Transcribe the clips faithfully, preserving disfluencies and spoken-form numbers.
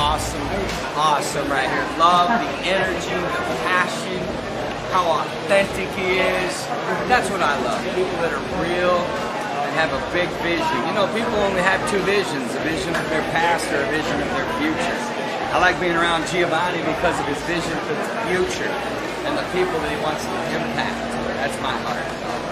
awesome, awesome right here. Love the energy, the passion, how authentic he is. That's what I love. People that are real and have a big vision. You know, people only have two visions, a vision of their past or a vision of their future. I like being around Giovanni because of his vision for the future and the people that he wants to impact. That's my heart.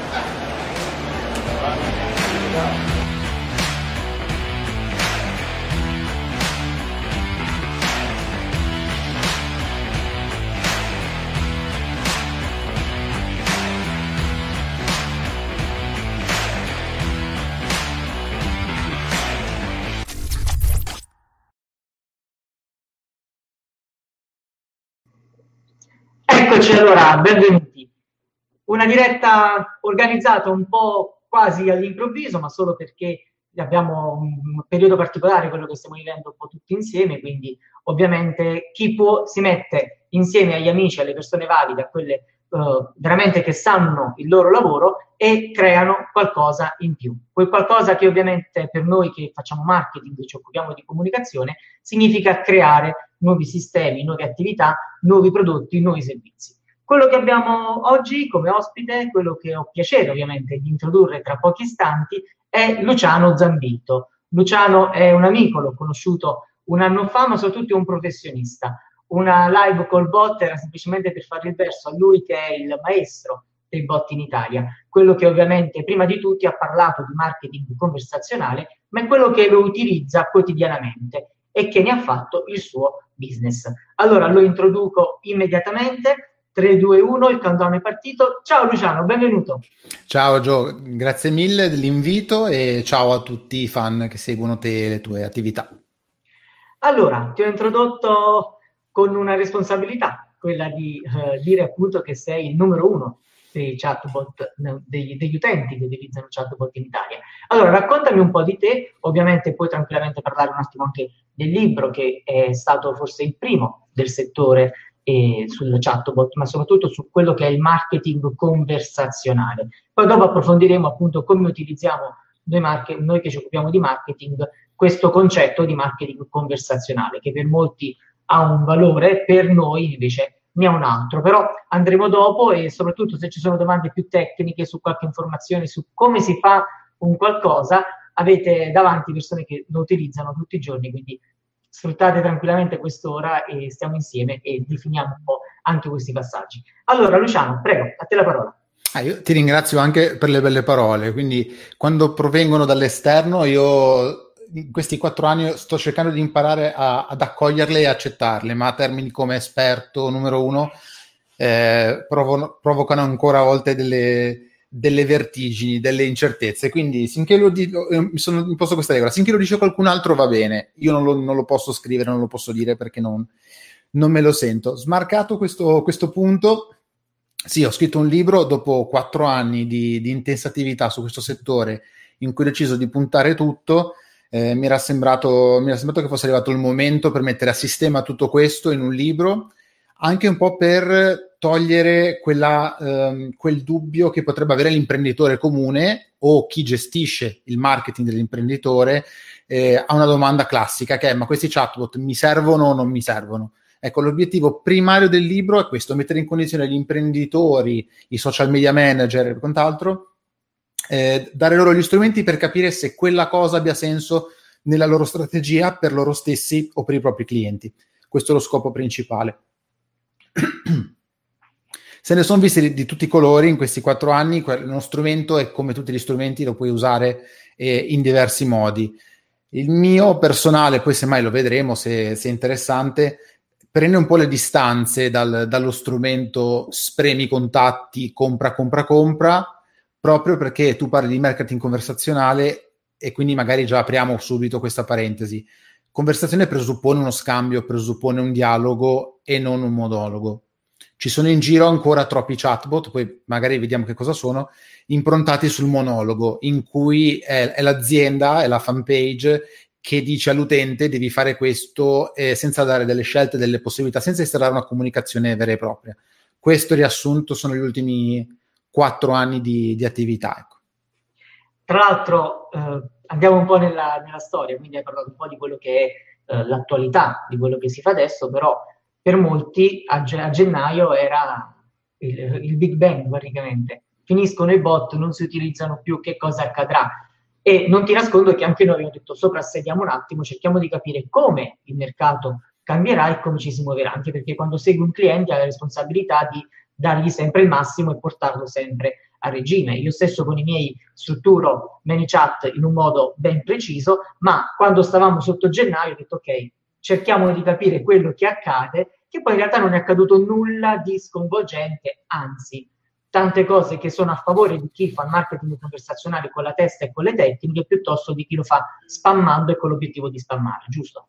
Eccoci allora, benvenuti. Una diretta organizzata un po' quasi all'improvviso, ma solo perché abbiamo un periodo particolare, quello che stiamo vivendo un po' tutti insieme, quindi ovviamente chi può si mette insieme agli amici, alle persone valide, a quelle uh, veramente che sanno il loro lavoro e creano qualcosa in più. Quel qualcosa che ovviamente per noi che facciamo marketing, ci occupiamo di comunicazione, significa creare nuovi sistemi, nuove attività, nuovi prodotti, nuovi servizi. Quello che abbiamo oggi come ospite, quello che ho piacere ovviamente di introdurre tra pochi istanti, è Luciano Zambito. Luciano è un amico, l'ho conosciuto un anno fa, ma soprattutto è un professionista. Una live col bot era semplicemente per fare il verso a lui che è il maestro dei bot in Italia, quello che ovviamente prima di tutti ha parlato di marketing conversazionale, ma è quello che lo utilizza quotidianamente e che ne ha fatto il suo business. Allora lo introduco immediatamente. tre, due, uno, il countdown è partito. Ciao Luciano, benvenuto. Ciao Gio, grazie mille dell'invito e ciao a tutti i fan che seguono te e le tue attività. Allora, ti ho introdotto con una responsabilità, quella di eh, dire appunto che sei il numero uno dei chatbot, degli, degli utenti che utilizzano chatbot in Italia. Allora, raccontami un po' di te, ovviamente puoi tranquillamente parlare un attimo anche del libro che è stato forse il primo del settore e sul chatbot, ma soprattutto su quello che è il marketing conversazionale. Poi dopo approfondiremo appunto come utilizziamo noi, market, noi che ci occupiamo di marketing questo concetto di marketing conversazionale, che per molti ha un valore, per noi invece ne ha un altro. Però andremo dopo e soprattutto se ci sono domande più tecniche su qualche informazione su come si fa un qualcosa, avete davanti persone che lo utilizzano tutti i giorni, quindi sfruttate tranquillamente quest'ora e stiamo insieme e definiamo un po' anche questi passaggi. Allora Luciano, prego, a te la parola. Ah, io ti ringrazio anche per le belle parole, quindi quando provengono dall'esterno io in questi quattro anni sto cercando di imparare a, ad accoglierle e accettarle, ma a termini come esperto numero uno eh, provo, provocano ancora a volte delle... delle vertigini, delle incertezze, quindi finché lo dico, mi sono imposto questa regola, finché lo dice qualcun altro va bene, io non lo, non lo posso scrivere, non lo posso dire perché non, non me lo sento. Smarcato questo, questo punto, sì, ho scritto un libro dopo quattro anni di, di intensa attività su questo settore in cui ho deciso di puntare tutto, eh, mi era sembrato, mi era sembrato che fosse arrivato il momento per mettere a sistema tutto questo in un libro, anche un po' per togliere quella, ehm, quel dubbio che potrebbe avere l'imprenditore comune o chi gestisce il marketing dell'imprenditore eh, a una domanda classica che è: ma questi chatbot mi servono o non mi servono? Ecco, l'obiettivo primario del libro è questo: mettere in condizione gli imprenditori, i social media manager e quant'altro, eh, dare loro gli strumenti per capire se quella cosa abbia senso nella loro strategia per loro stessi o per i propri clienti. Questo è lo scopo principale. Se ne sono visti di, di tutti i colori in questi quattro anni. Uno strumento è come tutti gli strumenti, lo puoi usare eh, in diversi modi. Il mio personale, poi semmai lo vedremo se, se è interessante, prende un po' le distanze dal, dallo strumento spremi contatti, compra, compra, compra, proprio perché tu parli di marketing conversazionale e quindi magari già apriamo subito questa parentesi. Conversazione presuppone uno scambio, presuppone un dialogo e non un monologo. Ci sono in giro ancora troppi chatbot, poi magari vediamo che cosa sono, improntati sul monologo, in cui è, è l'azienda, è la fanpage che dice all'utente devi fare questo eh, senza dare delle scelte, delle possibilità, senza instaurare una comunicazione vera e propria. Questo riassunto sono gli ultimi quattro anni di, di attività. Ecco. Tra l'altro, eh, andiamo un po' nella, nella storia, quindi hai parlato un po' di quello che è eh, l'attualità di quello che si fa adesso, però per molti a, ge- a gennaio era il, il Big Bang praticamente. Finiscono i bot, non si utilizzano più, che cosa accadrà? E non ti nascondo che anche noi abbiamo detto soprassediamo un attimo, cerchiamo di capire come il mercato cambierà e come ci si muoverà, anche perché quando segui un cliente hai la responsabilità di dargli sempre il massimo e portarlo sempre a regime. Io stesso con i miei strutturo ManyChat in un modo ben preciso, ma quando stavamo sotto gennaio ho detto ok, cerchiamo di capire quello che accade, che poi in realtà non è accaduto nulla di sconvolgente, anzi tante cose che sono a favore di chi fa il marketing conversazionale con la testa e con le tecniche, piuttosto di chi lo fa spammando e con l'obiettivo di spammare, giusto?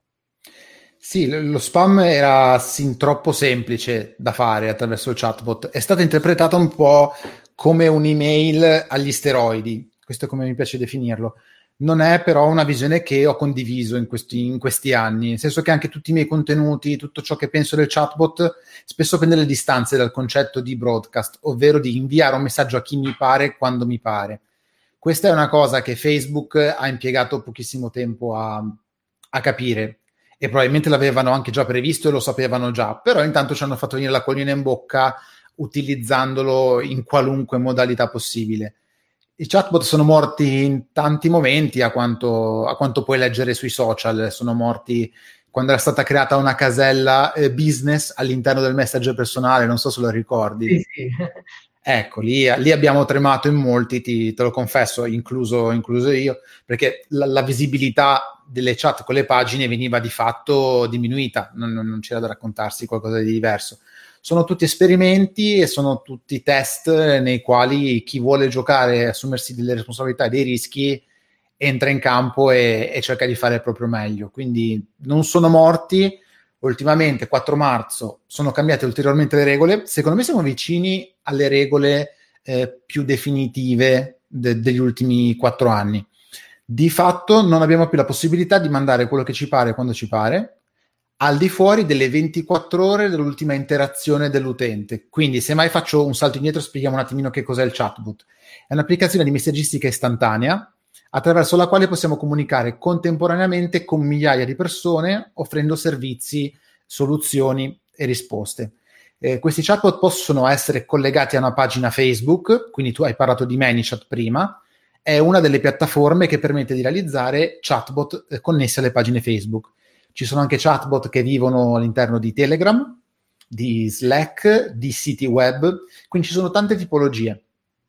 Sì, lo spam era sin troppo semplice da fare attraverso il chatbot. È stata interpretata un po' come un'email agli steroidi, questo è come mi piace definirlo. Non è però una visione che ho condiviso in questi, in questi anni, nel senso che anche tutti i miei contenuti, tutto ciò che penso del chatbot, spesso prende le distanze dal concetto di broadcast, ovvero di inviare un messaggio a chi mi pare quando mi pare. Questa è una cosa che Facebook ha impiegato pochissimo tempo a, a capire, e probabilmente l'avevano anche già previsto e lo sapevano già, però intanto ci hanno fatto venire la collina in bocca utilizzandolo in qualunque modalità possibile. I chatbot sono morti in tanti momenti, a quanto, a quanto puoi leggere sui social. Sono morti quando era stata creata una casella eh, business all'interno del messenger personale, non so se lo ricordi. Sì, sì. Ecco, lì, lì abbiamo tremato in molti, ti, te lo confesso, incluso, incluso io, perché la, la visibilità delle chat con le pagine veniva di fatto diminuita, non, non c'era da raccontarsi qualcosa di diverso. Sono tutti esperimenti e sono tutti test nei quali chi vuole giocare e assumersi delle responsabilità e dei rischi entra in campo e, e cerca di fare il proprio meglio. Quindi non sono morti. Ultimamente, quattro marzo, sono cambiate ulteriormente le regole. Secondo me siamo vicini alle regole eh, più definitive de- degli ultimi quattro anni. Di fatto non abbiamo più la possibilità di mandare quello che ci pare quando ci pare, al di fuori delle ventiquattro ore dell'ultima interazione dell'utente. Quindi, se mai faccio un salto indietro, spieghiamo un attimino che cos'è il chatbot. È un'applicazione di messaggistica istantanea attraverso la quale possiamo comunicare contemporaneamente con migliaia di persone, offrendo servizi, soluzioni e risposte. Eh, questi chatbot possono essere collegati a una pagina Facebook, quindi tu hai parlato di ManyChat prima, è una delle piattaforme che permette di realizzare chatbot eh, connessi alle pagine Facebook. Ci sono anche chatbot che vivono all'interno di Telegram, di Slack, di siti web, quindi ci sono tante tipologie.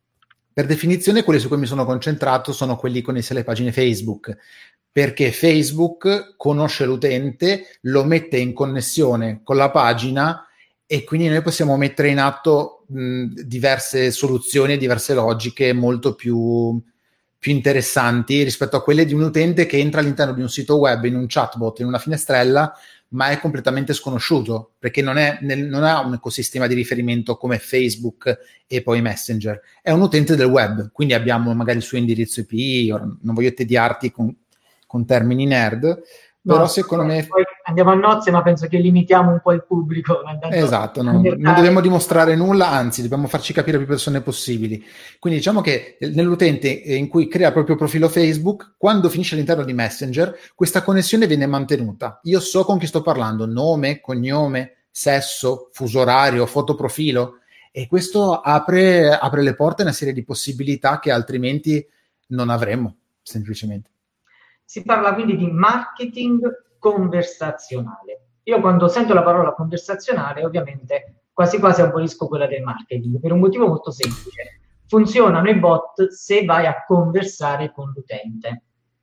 Per definizione, quelli su cui mi sono concentrato sono quelli connessi alle pagine Facebook, perché Facebook conosce l'utente, lo mette in connessione con la pagina e quindi noi possiamo mettere in atto mh, diverse soluzioni e diverse logiche molto più... più interessanti rispetto a quelle di un utente che entra all'interno di un sito web in un chatbot, in una finestrella, ma è completamente sconosciuto, perché non, è nel, non ha un ecosistema di riferimento come Facebook e poi Messenger. È un utente del web, quindi abbiamo magari il suo indirizzo I P, non voglio tediarti con, con termini nerd, però no, secondo me... Poi andiamo a nozze, ma penso che limitiamo un po' il pubblico. Esatto, non, non dobbiamo dimostrare nulla, anzi dobbiamo farci capire più persone possibili. Quindi diciamo che nell'utente in cui crea il proprio profilo Facebook, quando finisce all'interno di Messenger, questa connessione viene mantenuta. Io so con chi sto parlando, nome, cognome, sesso, fuso orario, fotoprofilo, e questo apre, apre le porte a una serie di possibilità che altrimenti non avremmo, semplicemente. Si parla quindi di marketing conversazionale. Io quando sento la parola conversazionale, ovviamente quasi quasi abolisco quella del marketing, per un motivo molto semplice. Funzionano i bot se vai a conversare con l'utente.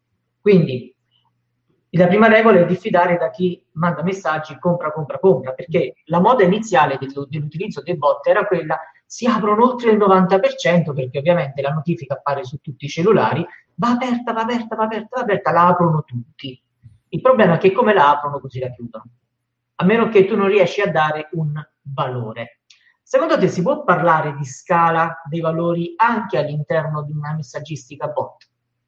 Quindi la prima regola è diffidare da chi manda messaggi compra, compra, compra, perché la moda iniziale dell'utilizzo dei bot era quella: si aprono oltre il novanta per cento, perché ovviamente la notifica appare su tutti i cellulari, va aperta, va aperta, va aperta, va aperta, la aprono tutti. Il problema è che come la aprono così la chiudono, a meno che tu non riesci a dare un valore. Secondo te si può parlare di scala dei valori anche all'interno di una messaggistica bot?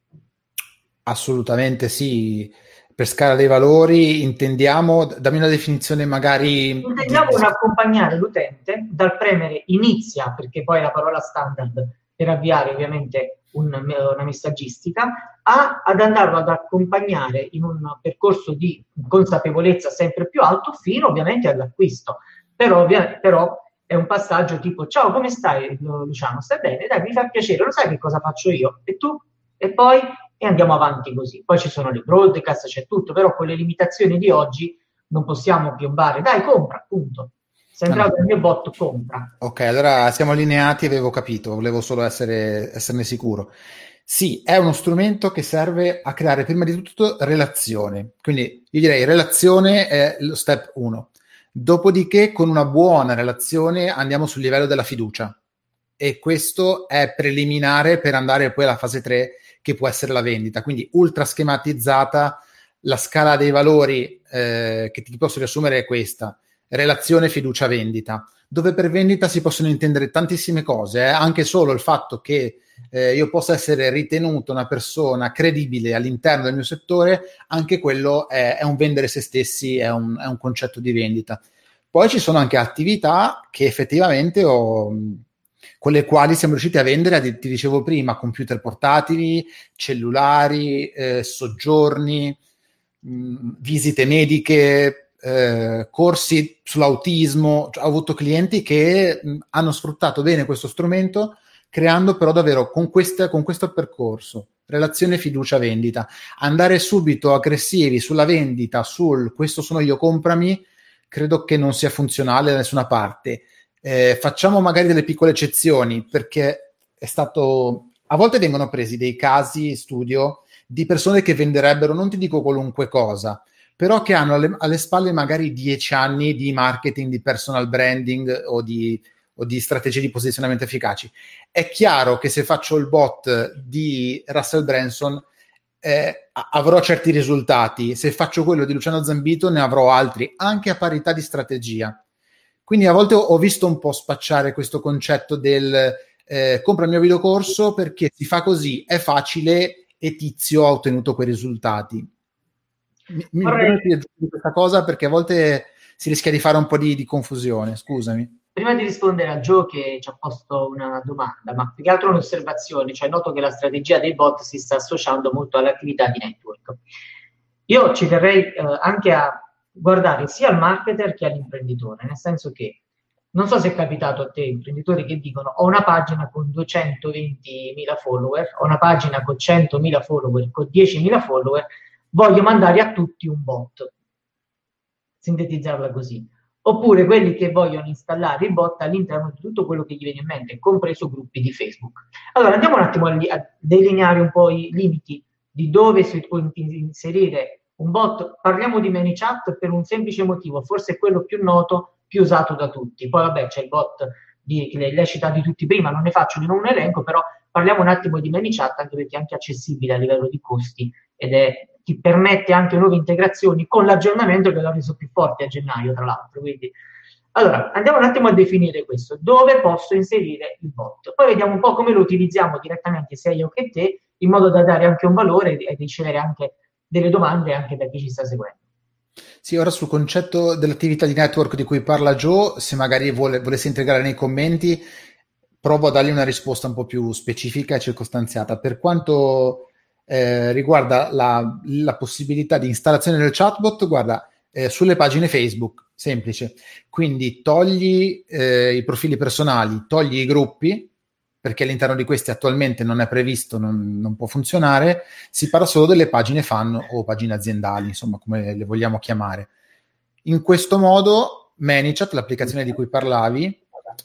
Assolutamente sì. Per scala dei valori intendiamo, dammi una definizione magari... Intendiamo di... un accompagnare l'utente dal premere inizia, perché poi è la parola standard per avviare ovviamente un, una messaggistica, a, ad andarlo ad accompagnare in un percorso di consapevolezza sempre più alto fino ovviamente all'acquisto. Però, ovvia, però è un passaggio tipo: ciao, come stai Luciano? Stai bene? Dai, mi fa piacere, lo sai che cosa faccio io? E tu? E poi? E andiamo avanti così. Poi ci sono le broadcast, c'è tutto, però con le limitazioni di oggi non possiamo piombare. Dai, compra, punto. Sei entrato nel mio bot, compra. Ok, allora siamo allineati, avevo capito, volevo solo essere, esserne sicuro. Sì, è uno strumento che serve a creare prima di tutto relazione. Quindi io direi relazione è lo step uno. Dopodiché con una buona relazione andiamo sul livello della fiducia. E questo è preliminare per andare poi alla fase tre, che può essere la vendita. Quindi ultra schematizzata, la scala dei valori eh, che ti posso riassumere è questa: relazione, fiducia, vendita, dove per vendita si possono intendere tantissime cose, eh? Anche solo il fatto che eh, io possa essere ritenuto una persona credibile all'interno del mio settore, anche quello è, è un vendere se stessi, è un, è un concetto di vendita. Poi ci sono anche attività che effettivamente ho, con le quali siamo riusciti a vendere, ti dicevo prima, computer portatili, cellulari, eh, soggiorni, mh, visite mediche, Eh, corsi sull'autismo. Ho avuto clienti che mh, hanno sfruttato bene questo strumento, creando però davvero con, questa, con questo percorso relazione, fiducia, vendita. Andare subito aggressivi sulla vendita, sul questo sono io, comprami, credo che non sia funzionale da nessuna parte. Eh, facciamo magari delle piccole eccezioni, perché è stato, a volte vengono presi dei casi studio di persone che venderebbero, non ti dico qualunque cosa, però che hanno alle, alle spalle magari dieci anni di marketing, di personal branding o di, o di strategie di posizionamento efficaci. È chiaro che se faccio il bot di Russell Branson eh, avrò certi risultati, se faccio quello di Luciano Zambito ne avrò altri, anche a parità di strategia. Quindi a volte ho, ho visto un po' spacciare questo concetto del eh, compra il mio videocorso perché si fa così, è facile e Tizio ha ottenuto quei risultati. Mi, mi vorrei dire questa cosa perché a volte si rischia di fare un po' di, di confusione, scusami. Prima di rispondere a Joe che ci ha posto una domanda, ma più che altro un'osservazione, cioè noto che la strategia dei bot si sta associando molto all'attività di network. Io ci terrei eh, anche a guardare sia al marketer che all'imprenditore, nel senso che non so se è capitato a te, imprenditori che dicono: ho una pagina con duecentoventimila follower, ho una pagina con centomila follower, con diecimila follower, voglio mandare a tutti un bot, sintetizzarla così. Oppure quelli che vogliono installare il bot all'interno di tutto quello che gli viene in mente, compreso gruppi di Facebook. Allora andiamo un attimo a delineare un po' i limiti di dove si può inserire un bot. Parliamo di ManyChat per un semplice motivo, forse è quello più noto, più usato da tutti. Poi vabbè, c'è il bot di, che li hai citati tutti prima, non ne faccio di nuovo un elenco, però parliamo un attimo di ManyChat, anche perché è anche accessibile a livello di costi ed è, ti permette anche nuove integrazioni con l'aggiornamento che l'ha reso più forte a gennaio, tra l'altro. Quindi, allora, andiamo un attimo a definire questo. Dove posso inserire il bot? Poi vediamo un po' come lo utilizziamo direttamente, sia io che te, in modo da dare anche un valore e ricevere anche delle domande anche da chi ci sta seguendo. Sì, ora sul concetto dell'attività di network di cui parla Joe, se magari vuole, volesse integrare nei commenti, provo a dargli una risposta un po' più specifica e circostanziata. Per quanto eh, riguarda la, la possibilità di installazione del chatbot, guarda, eh, sulle pagine Facebook, semplice. Quindi togli eh, i profili personali, togli i gruppi, perché all'interno di questi attualmente non è previsto, non, non può funzionare, si parla solo delle pagine fan o pagine aziendali, insomma, come le vogliamo chiamare. In questo modo ManyChat, l'applicazione di cui parlavi,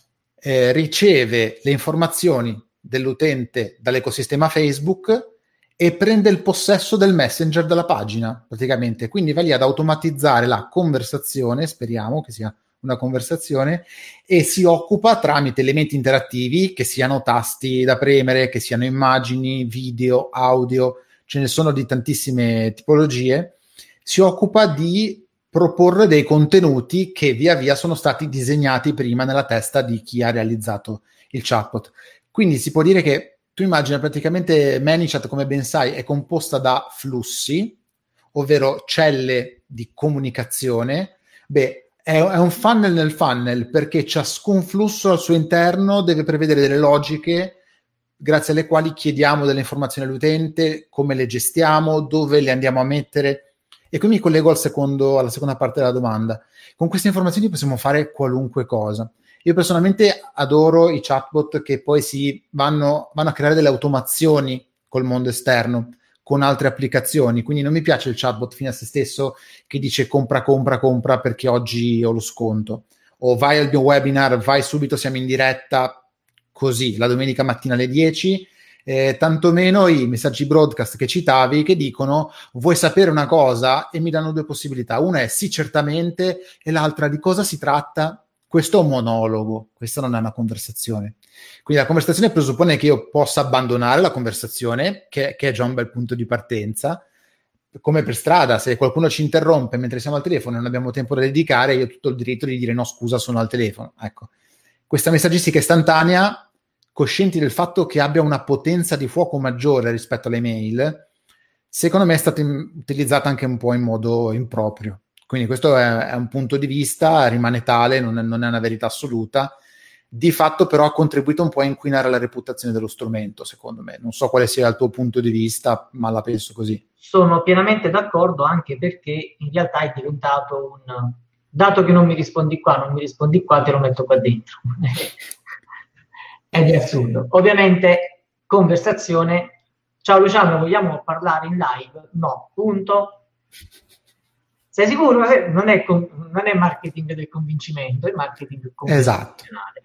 eh, riceve le informazioni dell'utente dall'ecosistema Facebook e prende il possesso del messenger della pagina, praticamente. Quindi va lì ad automatizzare la conversazione, speriamo che sia una conversazione, e si occupa tramite elementi interattivi, che siano tasti da premere, che siano immagini, video, audio, ce ne sono di tantissime tipologie, si occupa di proporre dei contenuti che via via sono stati disegnati prima nella testa di chi ha realizzato il chatbot. Quindi si può dire che tu immagina praticamente ManyChat, come ben sai, è composta da flussi, ovvero celle di comunicazione. Beh, è un funnel nel funnel, perché ciascun flusso al suo interno deve prevedere delle logiche grazie alle quali chiediamo delle informazioni all'utente, come le gestiamo, dove le andiamo a mettere. E qui mi collego al secondo, alla seconda parte della domanda. Con queste informazioni possiamo fare qualunque cosa. Io personalmente adoro i chatbot che poi si vanno, vanno a creare delle automazioni col mondo esterno, con altre applicazioni. Quindi non mi piace il chatbot fine a se stesso che dice compra, compra, compra perché oggi ho lo sconto. O vai al mio webinar, vai subito, siamo in diretta, così, la domenica mattina alle dieci. Eh, tantomeno i messaggi broadcast che citavi, che dicono vuoi sapere una cosa e mi danno due possibilità. Una è sì, certamente, e l'altra di cosa si tratta. Questo è un monologo, questa non è una conversazione. Quindi la conversazione presuppone che io possa abbandonare la conversazione, che, che è già un bel punto di partenza. Come per strada, se qualcuno ci interrompe mentre siamo al telefono e non abbiamo tempo da dedicare, io ho tutto il diritto di dire no, scusa, sono al telefono. Ecco, questa messaggistica istantanea, coscienti del fatto che abbia una potenza di fuoco maggiore rispetto alle mail, secondo me è stata in- utilizzata anche un po' in modo improprio. Quindi questo è, è un punto di vista, rimane tale, non è, non è una verità assoluta. Di fatto però ha contribuito un po' a inquinare la reputazione dello strumento, secondo me. Non so quale sia il tuo punto di vista, ma la penso così. Sono pienamente d'accordo, anche perché in realtà è diventato un... dato che non mi rispondi qua, non mi rispondi qua, te lo metto qua dentro. Ed è assurdo. Ovviamente, conversazione. Ciao Luciano, vogliamo parlare in live? No, punto. Sei sicuro? Non è, non è marketing del convincimento, è marketing conversazionale. Esatto.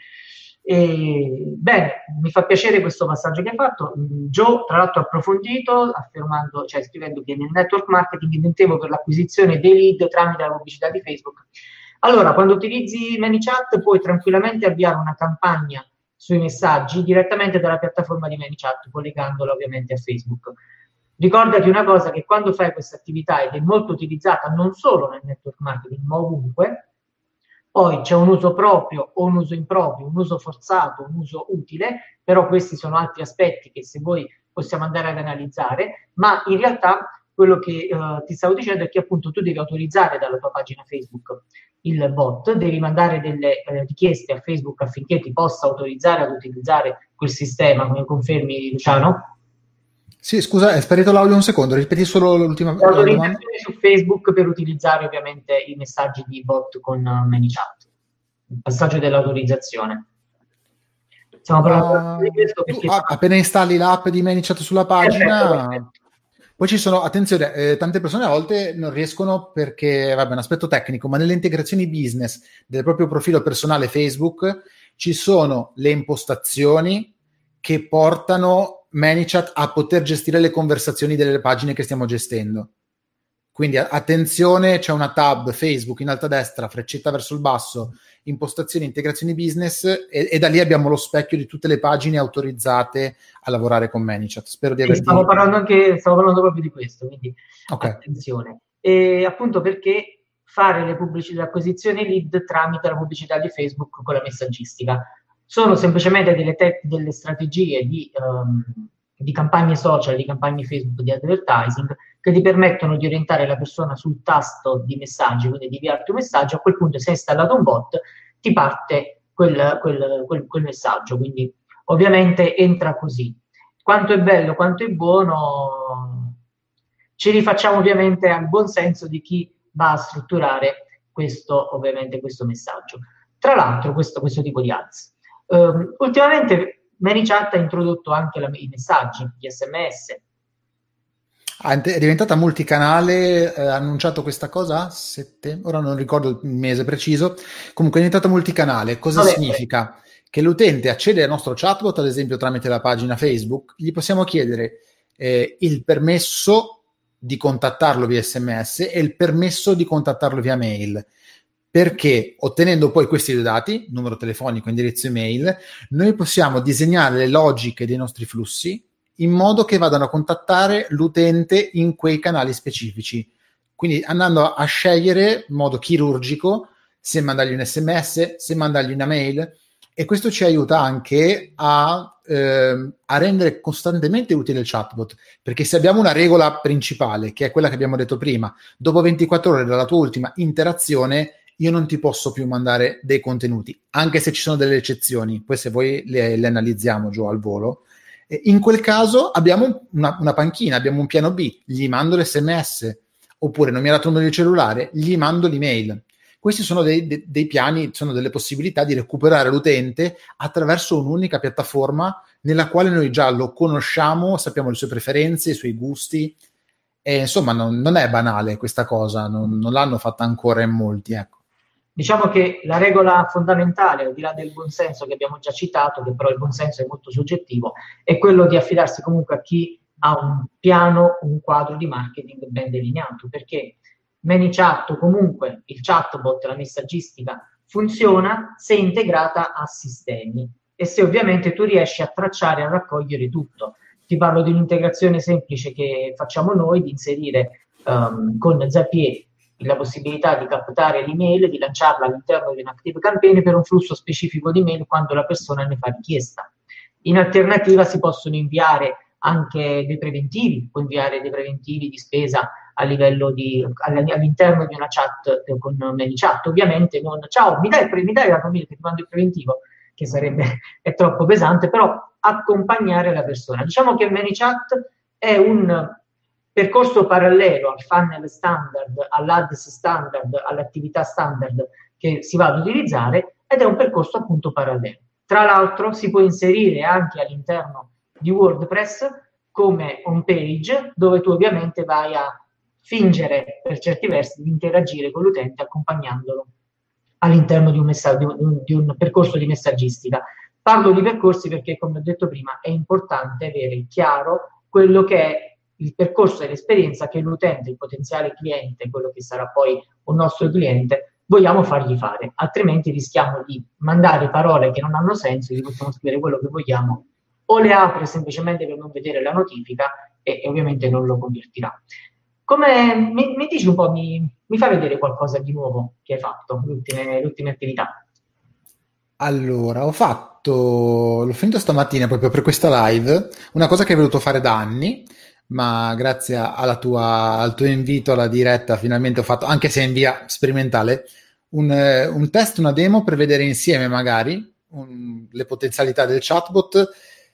E, bene, mi fa piacere questo passaggio che hai fatto. Joe, tra l'altro, ha approfondito, affermando, cioè scrivendo che nel network marketing intendevo per l'acquisizione dei lead tramite la pubblicità di Facebook. Allora, quando utilizzi ManyChat puoi tranquillamente avviare una campagna sui messaggi direttamente dalla piattaforma di ManyChat, collegandola ovviamente a Facebook. Ricordati una cosa, che quando fai questa attività, ed è molto utilizzata non solo nel network marketing, ma ovunque, poi c'è un uso proprio o un uso improprio, un uso forzato, un uso utile, però questi sono altri aspetti che se voi possiamo andare ad analizzare, ma in realtà quello che uh, ti stavo dicendo è che appunto tu devi autorizzare dalla tua pagina Facebook il bot, devi mandare delle eh, richieste a Facebook affinché ti possa autorizzare ad utilizzare quel sistema. Come confermi, Luciano? Sì, scusa, è sparito l'audio un secondo, ripeti solo l'ultima domanda. Su Facebook per utilizzare ovviamente i messaggi di bot con ManyChat, il passaggio dell'autorizzazione. Stiamo parlando uh, di questo perché... Tu, appena installi l'app di ManyChat sulla pagina... Perfetto. Poi ci sono, attenzione, eh, tante persone a volte non riescono perché, vabbè, è un aspetto tecnico, ma nelle integrazioni business del proprio profilo personale Facebook ci sono le impostazioni che portano ManyChat a poter gestire le conversazioni delle pagine che stiamo gestendo. Quindi attenzione, c'è una tab Facebook in alto a destra, freccetta verso il basso, impostazioni, integrazioni business, e, e da lì abbiamo lo specchio di tutte le pagine autorizzate a lavorare con ManyChat. Spero di averti... Stavo parlando anche, stavo parlando proprio di questo, quindi okay. Attenzione. E appunto perché fare le pubblicità, l'acquisizione lead tramite la pubblicità di Facebook con la messaggistica. Sono semplicemente delle, te- delle strategie di, um, di campagne social, di campagne Facebook, di advertising, che ti permettono di orientare la persona sul tasto di messaggi, quindi di inviarti un messaggio. A quel punto, se hai installato un bot, ti parte quel, quel, quel, quel messaggio, quindi ovviamente entra così. Quanto è bello, quanto è buono, ci rifacciamo ovviamente al buon senso di chi va a strutturare questo, ovviamente, questo messaggio. Tra l'altro, questo, questo tipo di ads. Um, ultimamente ManyChat ha introdotto anche la, i messaggi, gli S M S. È diventata multicanale, eh, ha annunciato questa cosa? Sette? Ora non ricordo il mese preciso. Comunque è diventata multicanale. Cosa Vabbè, significa? Che l'utente accede al nostro chatbot, ad esempio tramite la pagina Facebook, gli possiamo chiedere eh, il permesso di contattarlo via S M S e il permesso di contattarlo via mail. Perché ottenendo poi questi due dati, numero telefonico, indirizzo email, noi possiamo disegnare le logiche dei nostri flussi in modo che vadano a contattare l'utente in quei canali specifici. Quindi andando a scegliere in modo chirurgico se mandargli un S M S, se mandargli una mail, e questo ci aiuta anche a, eh, a rendere costantemente utile il chatbot, perché se abbiamo una regola principale, che è quella che abbiamo detto prima, dopo ventiquattro ore dalla tua ultima interazione, io non ti posso più mandare dei contenuti, anche se ci sono delle eccezioni, poi se voi le, le analizziamo giù al volo, E in quel caso abbiamo una, una panchina, abbiamo un piano B, gli mando l'esse emme esse, oppure non mi ha dato il numero di cellulare, gli mando l'email. Questi sono dei, dei, dei piani, sono delle possibilità di recuperare l'utente attraverso un'unica piattaforma nella quale noi già lo conosciamo, sappiamo le sue preferenze, i suoi gusti, e insomma non, non è banale questa cosa, non, non l'hanno fatta ancora in molti, ecco. Diciamo che la regola fondamentale, al di là del buonsenso che abbiamo già citato, che però il buonsenso è molto soggettivo, è quello di affidarsi comunque a chi ha un piano, un quadro di marketing ben delineato, perché ManyChat o comunque il chatbot, la messaggistica, funziona se integrata a sistemi e se ovviamente tu riesci a tracciare e a raccogliere tutto. Ti parlo di un'integrazione semplice che facciamo noi, di inserire um, con Zapier la possibilità di captare l'email, di lanciarla all'interno di un'Active Campaign per un flusso specifico di mail quando la persona ne fa richiesta. In alternativa si possono inviare anche dei preventivi, puoi inviare dei preventivi di spesa a livello di, all'interno di una chat con ManyChat, ovviamente non ciao, mi dai, mi dai la famiglia che ti mando il preventivo, che sarebbe è troppo pesante, però accompagnare la persona. Diciamo che ManyChat è un percorso parallelo al funnel standard, all'ads standard, all'attività standard che si va ad utilizzare, ed è un percorso appunto parallelo. Tra l'altro si può inserire anche all'interno di WordPress come home page, dove tu ovviamente vai a fingere per certi versi di interagire con l'utente accompagnandolo all'interno di un, messaggio, di un, di un percorso di messaggistica. Parlo di percorsi perché, come ho detto prima, è importante avere chiaro quello che è il percorso e l'esperienza che l'utente, il potenziale cliente, quello che sarà poi un nostro cliente, vogliamo fargli fare, altrimenti rischiamo di mandare parole che non hanno senso, gli possiamo scrivere quello che vogliamo, o le apre semplicemente per non vedere la notifica e, e ovviamente non lo convertirà. Come mi, mi dici un po', mi, mi fa vedere qualcosa di nuovo che hai fatto, le ultime, le ultime attività? Allora, ho fatto, l'ho finito stamattina proprio per questa live, una cosa che ho voluto fare da anni, ma grazie alla tua, al tuo invito alla diretta finalmente ho fatto, anche se in via sperimentale, un, un test, una demo per vedere insieme magari un, le potenzialità del chatbot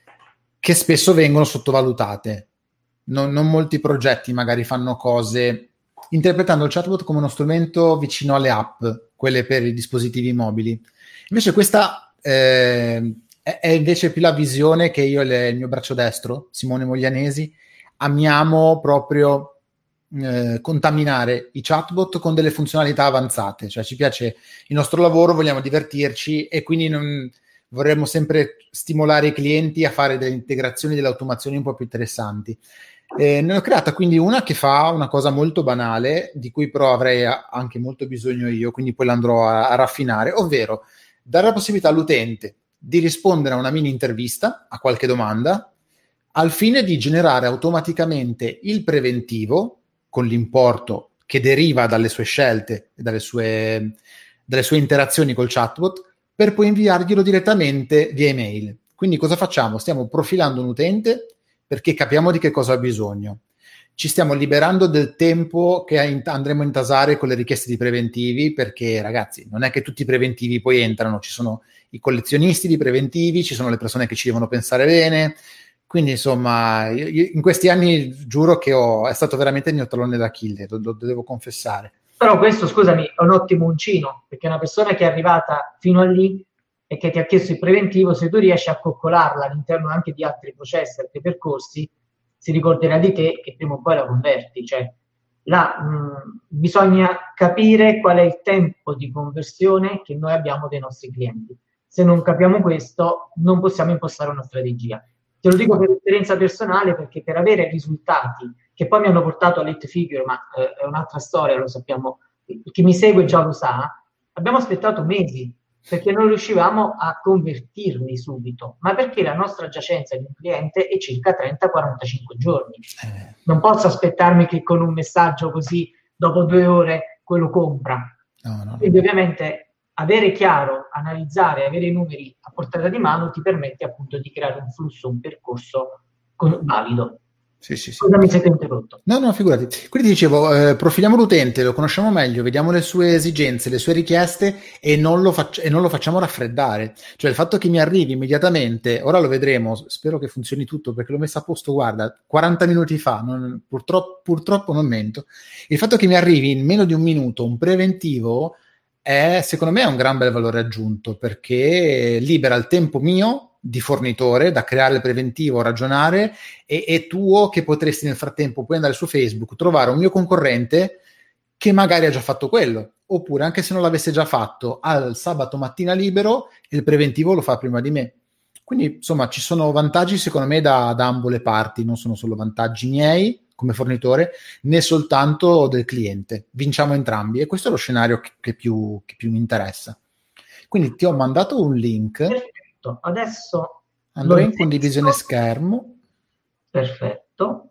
che spesso vengono sottovalutate. Non, non molti progetti magari fanno cose interpretando il chatbot come uno strumento vicino alle app, quelle per i dispositivi mobili. Invece questa eh, è, è invece più la visione che io e il mio braccio destro, Simone Moglianesi, amiamo proprio eh, contaminare i chatbot con delle funzionalità avanzate, cioè ci piace il nostro lavoro, vogliamo divertirci e quindi non, vorremmo sempre stimolare i clienti a fare delle integrazioni, delle automazioni un po' più interessanti. Eh, ne ho creata quindi una che fa una cosa molto banale, di cui però avrei anche molto bisogno io, quindi poi l'andrò a, a raffinare, ovvero dare la possibilità all'utente di rispondere a una mini intervista, a qualche domanda, al fine di generare automaticamente il preventivo con l'importo che deriva dalle sue scelte e dalle sue, dalle sue interazioni col chatbot, per poi inviarglielo direttamente via email. Quindi cosa facciamo? Stiamo profilando un utente perché capiamo di che cosa ha bisogno. Ci stiamo liberando del tempo che andremo a intasare con le richieste di preventivi, perché ragazzi, non è che tutti i preventivi poi entrano, ci sono i collezionisti di preventivi, ci sono le persone che ci devono pensare bene. Quindi insomma, io, in questi anni giuro che ho, è stato veramente il mio tallone d'Achille, lo, lo devo confessare. Però questo, scusami, è un ottimo uncino, perché una persona che è arrivata fino a lì e che ti ha chiesto il preventivo, se tu riesci a coccolarla all'interno anche di altri processi, altri percorsi, si ricorderà di te che prima o poi la converti. Cioè, là, mh, bisogna capire qual è il tempo di conversione che noi abbiamo dei nostri clienti. Se non capiamo questo, non possiamo impostare una strategia. Te lo dico per esperienza personale, perché per avere risultati che poi mi hanno portato all'eight figure, ma eh, è un'altra storia, lo sappiamo, chi mi segue già lo sa, abbiamo aspettato mesi, perché non riuscivamo a convertirli subito, ma perché la nostra giacenza di un cliente è circa trenta quarantacinque giorni. Non posso aspettarmi che con un messaggio così, dopo due ore, quello compra. No, no, Quindi no. Ovviamente avere chiaro, analizzare, avere i numeri a portata di mano ti permette appunto di creare un flusso, un percorso con, valido. Sì, sì, sì. Cosa mi siete interrotto? No, no, figurati. Quindi dicevo, eh, profiliamo l'utente, lo conosciamo meglio, vediamo le sue esigenze, le sue richieste e non lo, faccia- e non lo facciamo raffreddare. Cioè il fatto che mi arrivi immediatamente, ora lo vedremo, spero che funzioni tutto perché l'ho messa a posto, guarda, quaranta minuti fa, non- purtroppo, purtroppo non mento. Il fatto che mi arrivi in meno di un minuto un preventivo è, secondo me, è un gran bel valore aggiunto perché libera il tempo mio di fornitore da creare il preventivo, ragionare e, e tuo che potresti nel frattempo puoi andare su Facebook, trovare un mio concorrente che magari ha già fatto quello, oppure anche se non l'avesse già fatto, al sabato mattina libero il preventivo lo fa prima di me. Quindi insomma ci sono vantaggi secondo me da, da ambo le parti, non sono solo vantaggi miei come fornitore né soltanto del cliente, vinciamo entrambi e questo è lo scenario che, che, più, che più mi interessa. Quindi ti ho mandato un link. Perfetto, adesso andrò in condivisione schermo. Perfetto.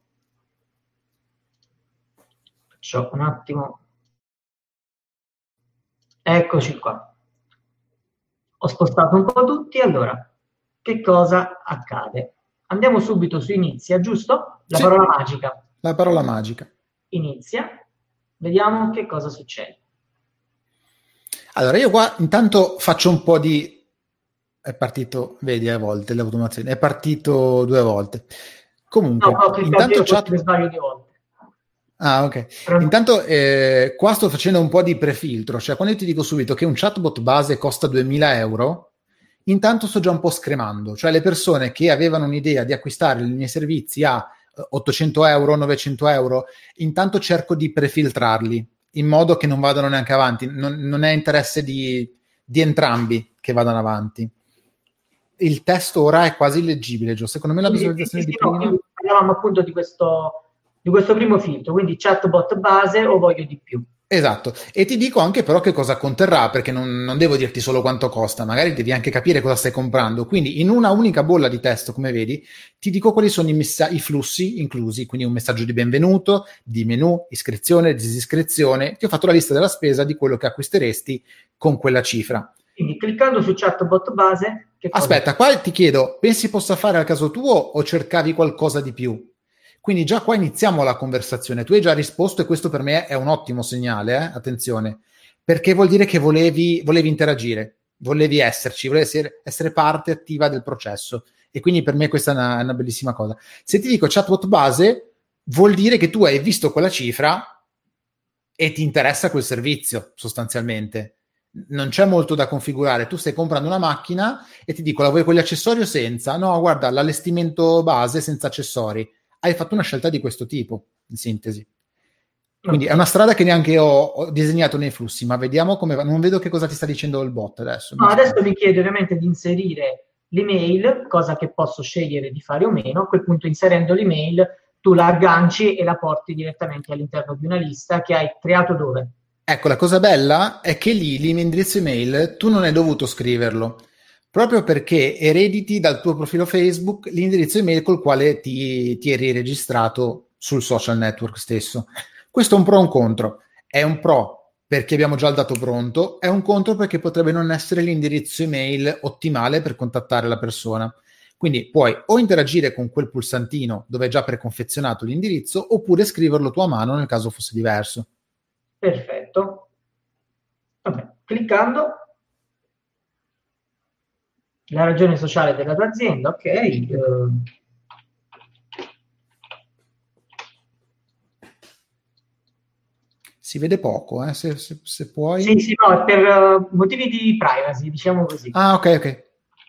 Faccio un attimo. Eccoci qua. Ho spostato un po' tutti, allora, che cosa accade? Andiamo subito su inizia, giusto? La sì, parola magica. La parola magica. Inizia, vediamo che cosa succede. Allora, io qua intanto faccio un po' di... È partito, vedi, a volte l'automazione, è partito due volte. Comunque, no, intanto chat... sbaglio di volte. Ah, ok. Però... Intanto eh, qua sto facendo un po' di prefiltro, cioè quando io ti dico subito che un chatbot base costa duemila euro, intanto sto già un po' scremando, cioè le persone che avevano un'idea di acquistare i miei servizi a ottocento euro, novecento euro, intanto cerco di prefiltrarli in modo che non vadano neanche avanti, non, non è interesse di, di entrambi che vadano avanti. Il testo ora è quasi illeggibile, Gio. Secondo me la visualizzazione sì, sì, di prima... No, parlavamo appunto di questo, di questo primo filtro, quindi chatbot base o voglio di più. Esatto, e ti dico anche però che cosa conterrà, perché non, non devo dirti solo quanto costa, magari devi anche capire cosa stai comprando. Quindi in una unica bolla di testo, come vedi, ti dico quali sono i, messa- i flussi inclusi, quindi un messaggio di benvenuto, di menu, iscrizione, disiscrizione. Ti ho fatto la lista della spesa di quello che acquisteresti con quella cifra. Quindi cliccando su chatbot base... Che Aspetta, qua ti chiedo, pensi possa fare al caso tuo o cercavi qualcosa di più? Quindi già qua iniziamo la conversazione. Tu hai già risposto e questo per me è un ottimo segnale, eh? Attenzione, perché vuol dire che volevi, volevi interagire, volevi esserci, volevi essere, essere parte attiva del processo e quindi per me questa è una, è una bellissima cosa. Se ti dico chatbot base, vuol dire che tu hai visto quella cifra e ti interessa quel servizio sostanzialmente. Non c'è molto da configurare, tu stai comprando una macchina e ti dico la vuoi con gli accessori o senza? No, guarda, l'allestimento base senza accessori. Hai fatto una scelta di questo tipo, in sintesi. Quindi okay. È una strada che neanche io ho disegnato nei flussi, ma vediamo come va. Non vedo che cosa ti sta dicendo il bot adesso. No, adesso mi chiede ovviamente di inserire l'email, cosa che posso scegliere di fare o meno. A quel punto, inserendo l'email, tu la agganci e la porti direttamente all'interno di una lista che hai creato dove? Ecco, la cosa bella è che lì l'indirizzo email tu non hai dovuto scriverlo, proprio perché erediti dal tuo profilo Facebook l'indirizzo email col quale ti, ti eri registrato sul social network stesso. Questo è un pro e un contro. È un pro perché abbiamo già il dato pronto, è un contro perché potrebbe non essere l'indirizzo email ottimale per contattare la persona. Quindi puoi o interagire con quel pulsantino dove è già preconfezionato l'indirizzo, oppure scriverlo tu a mano nel caso fosse diverso. Perfetto. Vabbè, cliccando la ragione sociale della tua azienda, ok. Eh. Si vede poco, eh, se, se, se puoi. Sì, sì, no, per uh, motivi di privacy, diciamo così. Ah, ok, ok.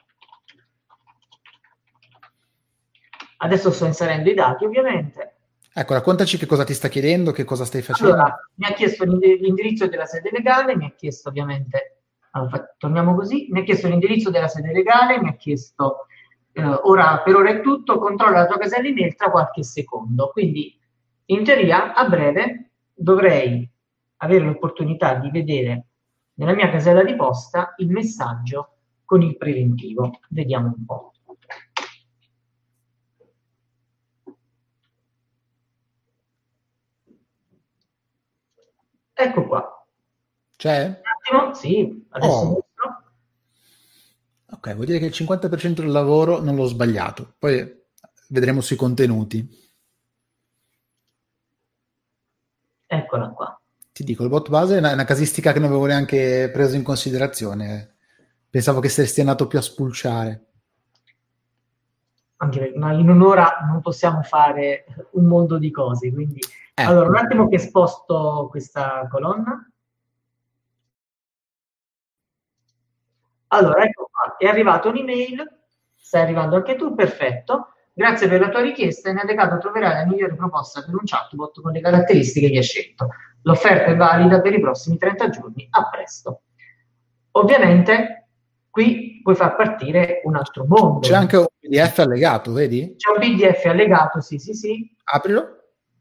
Adesso sto inserendo i dati, ovviamente. Ecco, raccontaci che cosa ti sta chiedendo, che cosa stai facendo. Allora, mi ha chiesto l'indirizzo della sede legale, mi ha chiesto ovviamente, allora, torniamo così, mi ha chiesto l'indirizzo della sede legale, mi ha chiesto, eh, ora per ora è tutto, controlla la tua casella email tra qualche secondo. Quindi, in teoria, a breve dovrei avere l'opportunità di vedere nella mia casella di posta il messaggio con il preventivo. Vediamo un po'. Ecco qua. C'è? Un attimo, sì, adesso oh. Ok, vuol dire che il cinquanta per cento del lavoro non l'ho sbagliato. Poi vedremo sui contenuti. Eccola qua. Ti dico, il bot base è una, una casistica che non avevo neanche preso in considerazione. Pensavo che saresti andato più a spulciare. Anche perché, ma in un'ora non possiamo fare un mondo di cose, quindi Eh. allora un attimo che sposto questa colonna. Allora, ecco qua, è arrivata un'email, stai arrivando anche tu, perfetto. Grazie per la tua richiesta, in allegato troverai la migliore proposta per un chatbot con le caratteristiche che hai scelto. L'offerta è valida per i prossimi trenta giorni, a presto. Ovviamente qui puoi far partire un altro mondo. C'è anche un P D F allegato, vedi? C'è un P D F allegato, sì, sì, sì. Aprilo.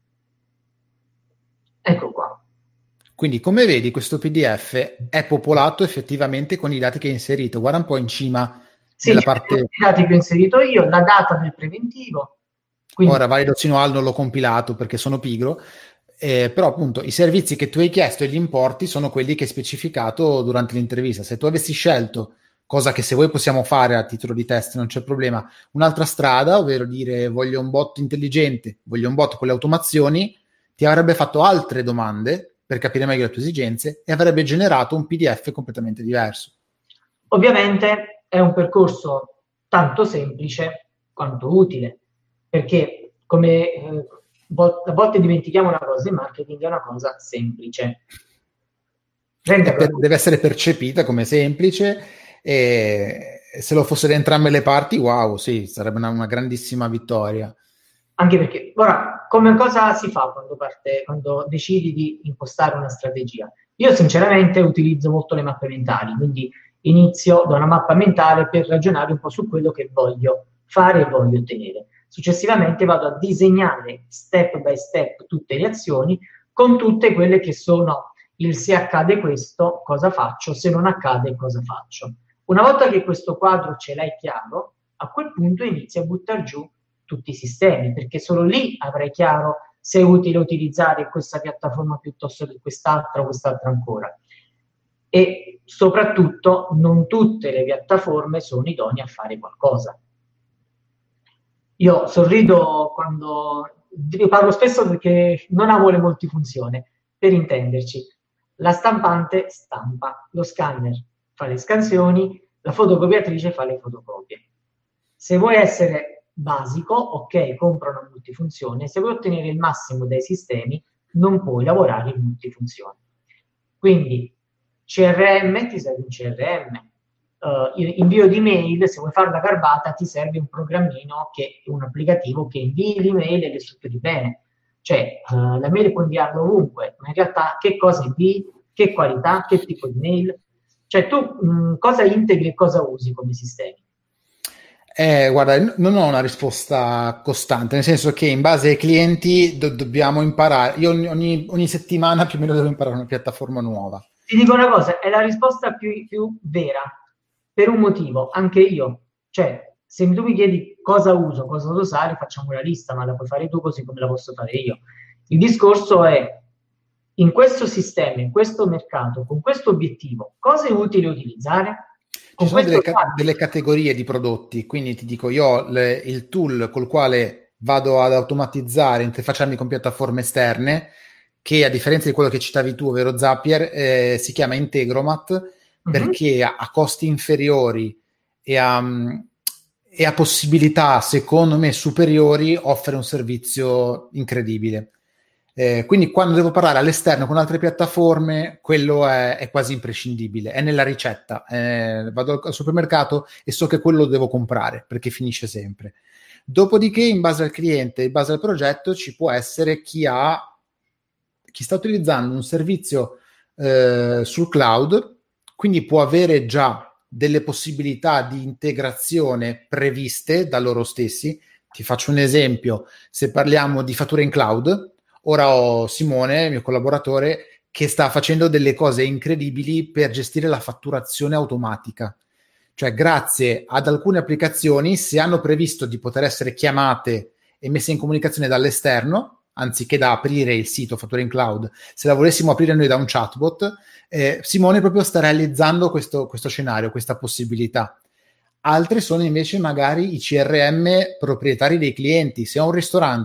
Ecco qua. Quindi, come vedi, questo P D F è popolato effettivamente con i dati che hai inserito. Guarda un po' in cima, sì, nella parte... i dati che ho inserito io, la data del preventivo. Quindi... Ora, valido sino al non l'ho compilato perché sono pigro. Eh, però appunto i servizi che tu hai chiesto e gli importi sono quelli che hai specificato durante l'intervista. Se tu avessi scelto, cosa che se voi possiamo fare a titolo di test non c'è problema, un'altra strada, ovvero dire voglio un bot intelligente, voglio un bot con le automazioni, ti avrebbe fatto altre domande per capire meglio le tue esigenze e avrebbe generato un P D F completamente diverso. Ovviamente è un percorso tanto semplice quanto utile, perché come eh, a volte dimentichiamo una cosa, il marketing è una cosa semplice. Per, deve essere percepita come semplice e se lo fosse da entrambe le parti, wow, sì, sarebbe una, una grandissima vittoria. Anche perché, ora, come cosa si fa quando parte, quando decidi di impostare una strategia? Io sinceramente utilizzo molto le mappe mentali, quindi inizio da una mappa mentale per ragionare un po' su quello che voglio fare e voglio ottenere. Successivamente vado a disegnare step by step tutte le azioni con tutte quelle che sono il se accade questo, cosa faccio, se non accade, cosa faccio. Una volta che questo quadro ce l'hai chiaro, a quel punto inizi a buttare giù tutti i sistemi, perché solo lì avrai chiaro se è utile utilizzare questa piattaforma piuttosto che quest'altra o quest'altra ancora. E soprattutto non tutte le piattaforme sono idonee a fare qualcosa. Io sorrido quando io parlo spesso perché non amo le multifunzioni, per intenderci. La stampante stampa, lo scanner fa le scansioni, la fotocopiatrice fa le fotocopie. Se vuoi essere basico, ok, compra una multifunzione. Se vuoi ottenere il massimo dai sistemi, non puoi lavorare in multifunzione. Quindi C R M, ti serve un C R M. Uh, invio di mail, se vuoi fare la garbata ti serve un programmino, che un applicativo che invii l'email e le strutturi bene. Cioè uh, la mail puoi inviarla ovunque, ma in realtà che cosa invii, che qualità, che tipo di mail, cioè tu mh, cosa integri e cosa usi come sistemi? Eh, guarda, non ho una risposta costante, nel senso che in base ai clienti do- dobbiamo imparare. Io ogni, ogni, ogni settimana più o meno devo imparare una piattaforma nuova. Ti dico una cosa, è la risposta più, più vera, per un motivo, anche io. Cioè, se tu mi chiedi cosa uso, cosa devo usare, facciamo una lista, ma la puoi fare tu così come la posso fare io. Il discorso è, in questo sistema, in questo mercato, con questo obiettivo, cosa è utile utilizzare? Ci sono delle, ca- delle categorie di prodotti, quindi ti dico, io ho le, il tool col quale vado ad automatizzare, interfacciarmi con piattaforme esterne, che a differenza di quello che citavi tu, ovvero Zapier, eh, si chiama Integromat, uh-huh. perché a, a costi inferiori e a, e a possibilità, secondo me, superiori, offre un servizio incredibile. Eh, quindi quando devo parlare all'esterno con altre piattaforme, quello è, è quasi imprescindibile, è nella ricetta. Eh, vado al supermercato e so che quello devo comprare perché finisce sempre. Dopodiché, in base al cliente, in base al progetto, ci può essere chi ha chi sta utilizzando un servizio eh, sul cloud, quindi può avere già delle possibilità di integrazione previste da loro stessi. Ti faccio un esempio: se parliamo di fattura in cloud, ora ho Simone, il mio collaboratore, che sta facendo delle cose incredibili per gestire la fatturazione automatica. Cioè, grazie ad alcune applicazioni, se hanno previsto di poter essere chiamate e messe in comunicazione dall'esterno, anziché da aprire il sito fattura in cloud, se la volessimo aprire noi da un chatbot, eh, Simone proprio sta realizzando questo, questo scenario, questa possibilità. Altre sono invece magari i C R M proprietari dei clienti. Se ho un ristorante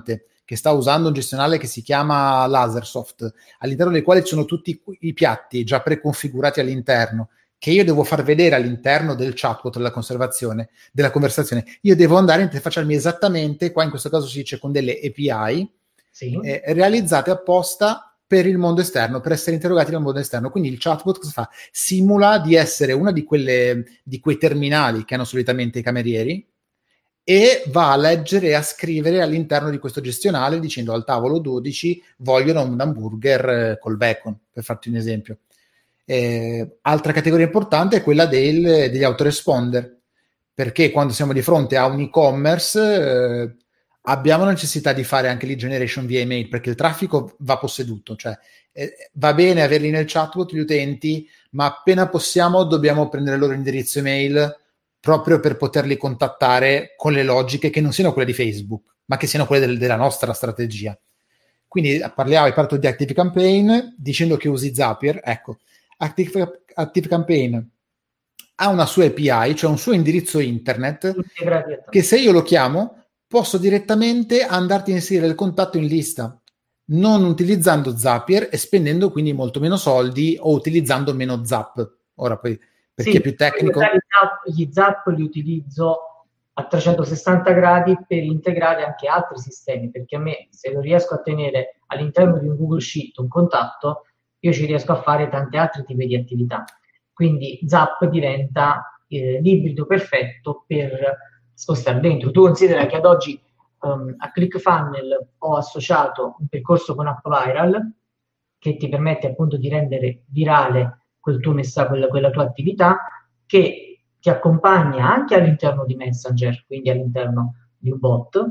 che sta usando un gestionale che si chiama Lasersoft, all'interno del quale ci sono tutti i piatti già preconfigurati all'interno, che io devo far vedere all'interno del chatbot della conservazione, della conversazione, io devo andare a interfacciarmi esattamente, qua in questo caso si dice con delle A P I, sì. eh, realizzate apposta per il mondo esterno, per essere interrogati dal mondo esterno. Quindi il chatbot cosa fa? Simula di essere una di quelle di quei terminali che hanno solitamente i camerieri e va a leggere e a scrivere all'interno di questo gestionale dicendo al tavolo dodici vogliono un hamburger col bacon, per farti un esempio. Eh, altra categoria importante è quella del, degli autoresponder, perché quando siamo di fronte a un e-commerce eh, abbiamo la necessità di fare anche lead generation via email, perché il traffico va posseduto, cioè eh, va bene averli nel chatbot gli utenti, ma appena possiamo dobbiamo prendere il loro indirizzo email proprio per poterli contattare con le logiche che non siano quelle di Facebook, ma che siano quelle del, della nostra strategia. Quindi parliamo, hai parlato di Active Campaign dicendo che usi Zapier. Ecco, Active, Active Campaign ha una sua A P I, cioè un suo indirizzo internet, che se io lo chiamo posso direttamente andarti a inserire il contatto in lista, non utilizzando Zapier e spendendo quindi molto meno soldi o utilizzando meno Zap. Ora poi, per sì, chi è più tecnico... Gli Zap li utilizzo a trecentosessanta gradi per integrare anche altri sistemi, perché a me, se lo riesco a tenere all'interno di un Google Sheet un contatto, io ci riesco a fare tanti altri tipi di attività. Quindi Zap diventa eh, l'ibrido perfetto per spostare dentro. Tu considera che ad oggi um, a ClickFunnels ho associato un percorso con AppViral che ti permette appunto di rendere virale quel tuo messaggio, quella, quella tua attività, che ti accompagna anche all'interno di Messenger, quindi all'interno di un bot,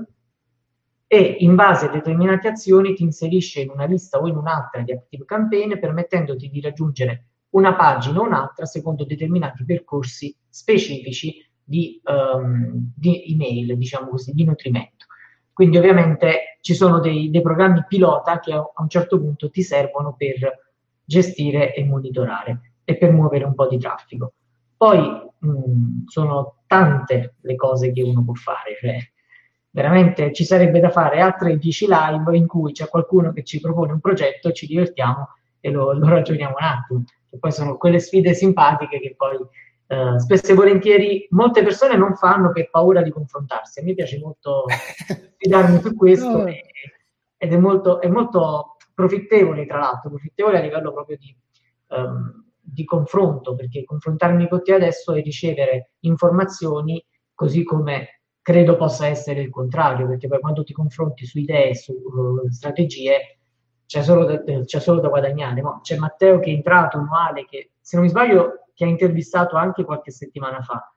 e in base a determinate azioni ti inserisce in una lista o in un'altra di Active Campaign, permettendoti di raggiungere una pagina o un'altra secondo determinati percorsi specifici di, um, di email, diciamo così, di nutrimento. Quindi ovviamente ci sono dei, dei programmi pilota che a un certo punto ti servono per gestire e monitorare e per muovere un po' di traffico. Poi mh, sono tante le cose che uno può fare, cioè veramente ci sarebbe da fare altre dieci live in cui c'è qualcuno che ci propone un progetto, ci divertiamo e lo, lo ragioniamo un attimo, che poi sono quelle sfide simpatiche che poi Uh, spesso e volentieri molte persone non fanno per paura di confrontarsi. A me piace molto fidarmi su questo no. e, ed è molto, è molto profittevole, tra l'altro, profittevole a livello proprio di, um, di confronto, perché confrontarmi con te adesso e ricevere informazioni, così come credo possa essere il contrario, perché poi quando ti confronti su idee, su uh, strategie, c'è solo, da, c'è solo da guadagnare. No? C'è Matteo che è entrato, Noale, che se non mi sbaglio che ha intervistato anche qualche settimana fa.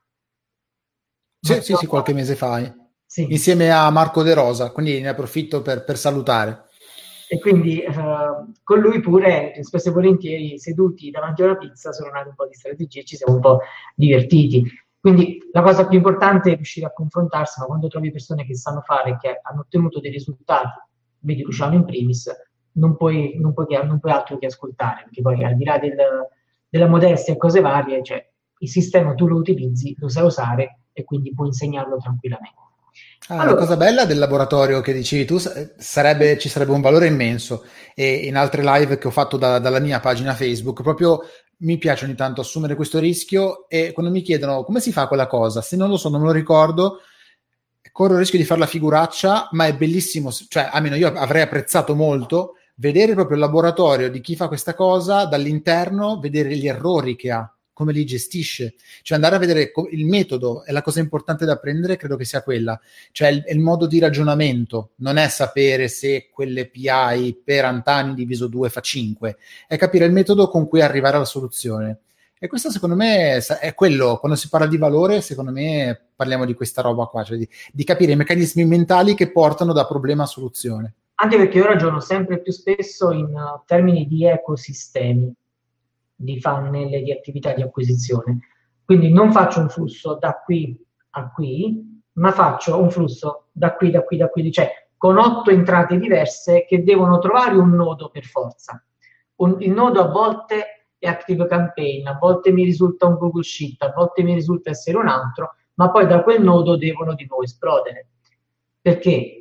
Sì, Matteo, sì, sì, qualche mese fa. Sì. Insieme a Marco De Rosa, quindi ne approfitto per, per salutare. E quindi uh, con lui pure, spesso e volentieri, seduti davanti a una pizza, sono nati un po' di strategie e ci siamo un po' divertiti. Quindi la cosa più importante è riuscire a confrontarsi, ma quando trovi persone che sanno fare, che hanno ottenuto dei risultati, vedi Luciano in primis, non puoi, non puoi, non puoi altro che ascoltare, perché poi al di là del, della modestia e cose varie, cioè il sistema tu lo utilizzi, lo sai usare e quindi puoi insegnarlo tranquillamente. Ah, allora, la cosa bella del laboratorio che dicevi tu sarebbe, ci sarebbe un valore immenso, e in altre live che ho fatto da, dalla mia pagina Facebook proprio mi piace ogni tanto assumere questo rischio, e quando mi chiedono come si fa quella cosa, se non lo so, non me lo ricordo, corro il rischio di fare la figuraccia, ma è bellissimo, cioè almeno io avrei apprezzato molto vedere proprio il laboratorio di chi fa questa cosa dall'interno, vedere gli errori che ha, come li gestisce, cioè andare a vedere il metodo. È la cosa importante da apprendere, credo che sia quella, cioè il, il modo di ragionamento, non è sapere se quelle P I per Antani diviso due fa cinque, è capire il metodo con cui arrivare alla soluzione. E questo secondo me è quello, quando si parla di valore, secondo me parliamo di questa roba qua, cioè di, di capire i meccanismi mentali che portano da problema a soluzione. Anche perché io ragiono sempre più spesso in uh, termini di ecosistemi, di funnel e di attività di acquisizione. Quindi non faccio un flusso da qui a qui, ma faccio un flusso da qui, da qui, da qui, cioè con otto entrate diverse che devono trovare un nodo per forza. Un, il nodo a volte è Active Campaign, a volte mi risulta un Google Sheet, a volte mi risulta essere un altro, ma poi da quel nodo devono di nuovo esplodere. Perché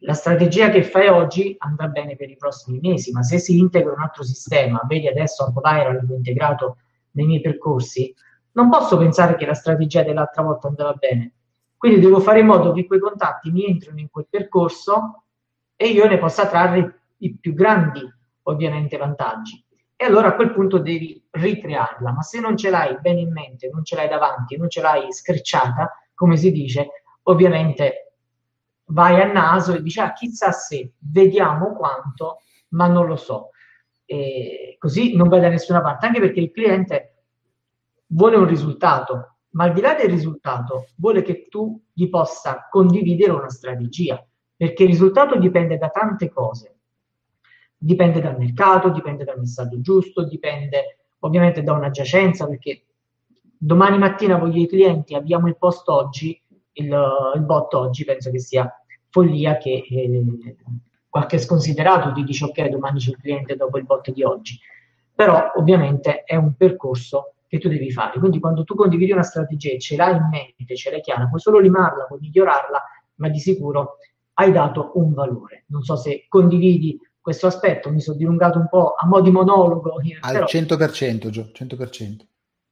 la strategia che fai oggi andrà bene per i prossimi mesi, ma se si integra un altro sistema, vedi adesso AppViral l'ho integrato nei miei percorsi, non posso pensare che la strategia dell'altra volta andava bene. Quindi devo fare in modo che quei contatti mi entrino in quel percorso e io ne possa trarre i più grandi, ovviamente, vantaggi. E allora a quel punto devi ricrearla, ma se non ce l'hai bene in mente, non ce l'hai davanti, non ce l'hai scricciata, come si dice, ovviamente vai a naso e dici, ah, chissà se, vediamo quanto, ma non lo so. E così non vai da nessuna parte, anche perché il cliente vuole un risultato, ma al di là del risultato vuole che tu gli possa condividere una strategia, perché il risultato dipende da tante cose. Dipende dal mercato, dipende dal messaggio giusto, dipende ovviamente da un'aggiacenza, perché domani mattina voglio i clienti, abbiamo il post oggi, il, il bot oggi, penso che sia follia che eh, qualche sconsiderato ti dice ok, domani c'è il cliente dopo il bot di oggi. Però ovviamente è un percorso che tu devi fare. Quindi quando tu condividi una strategia e ce l'hai in mente, ce l'hai chiara, puoi solo limarla, puoi migliorarla, ma di sicuro hai dato un valore. Non so se condividi questo aspetto, mi sono dilungato un po' a mo' di monologo. Al però... cento per cento, Gio, cento per cento.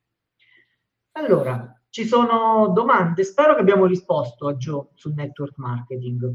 Allora, ci sono domande, spero che abbiamo risposto a Gio sul network marketing.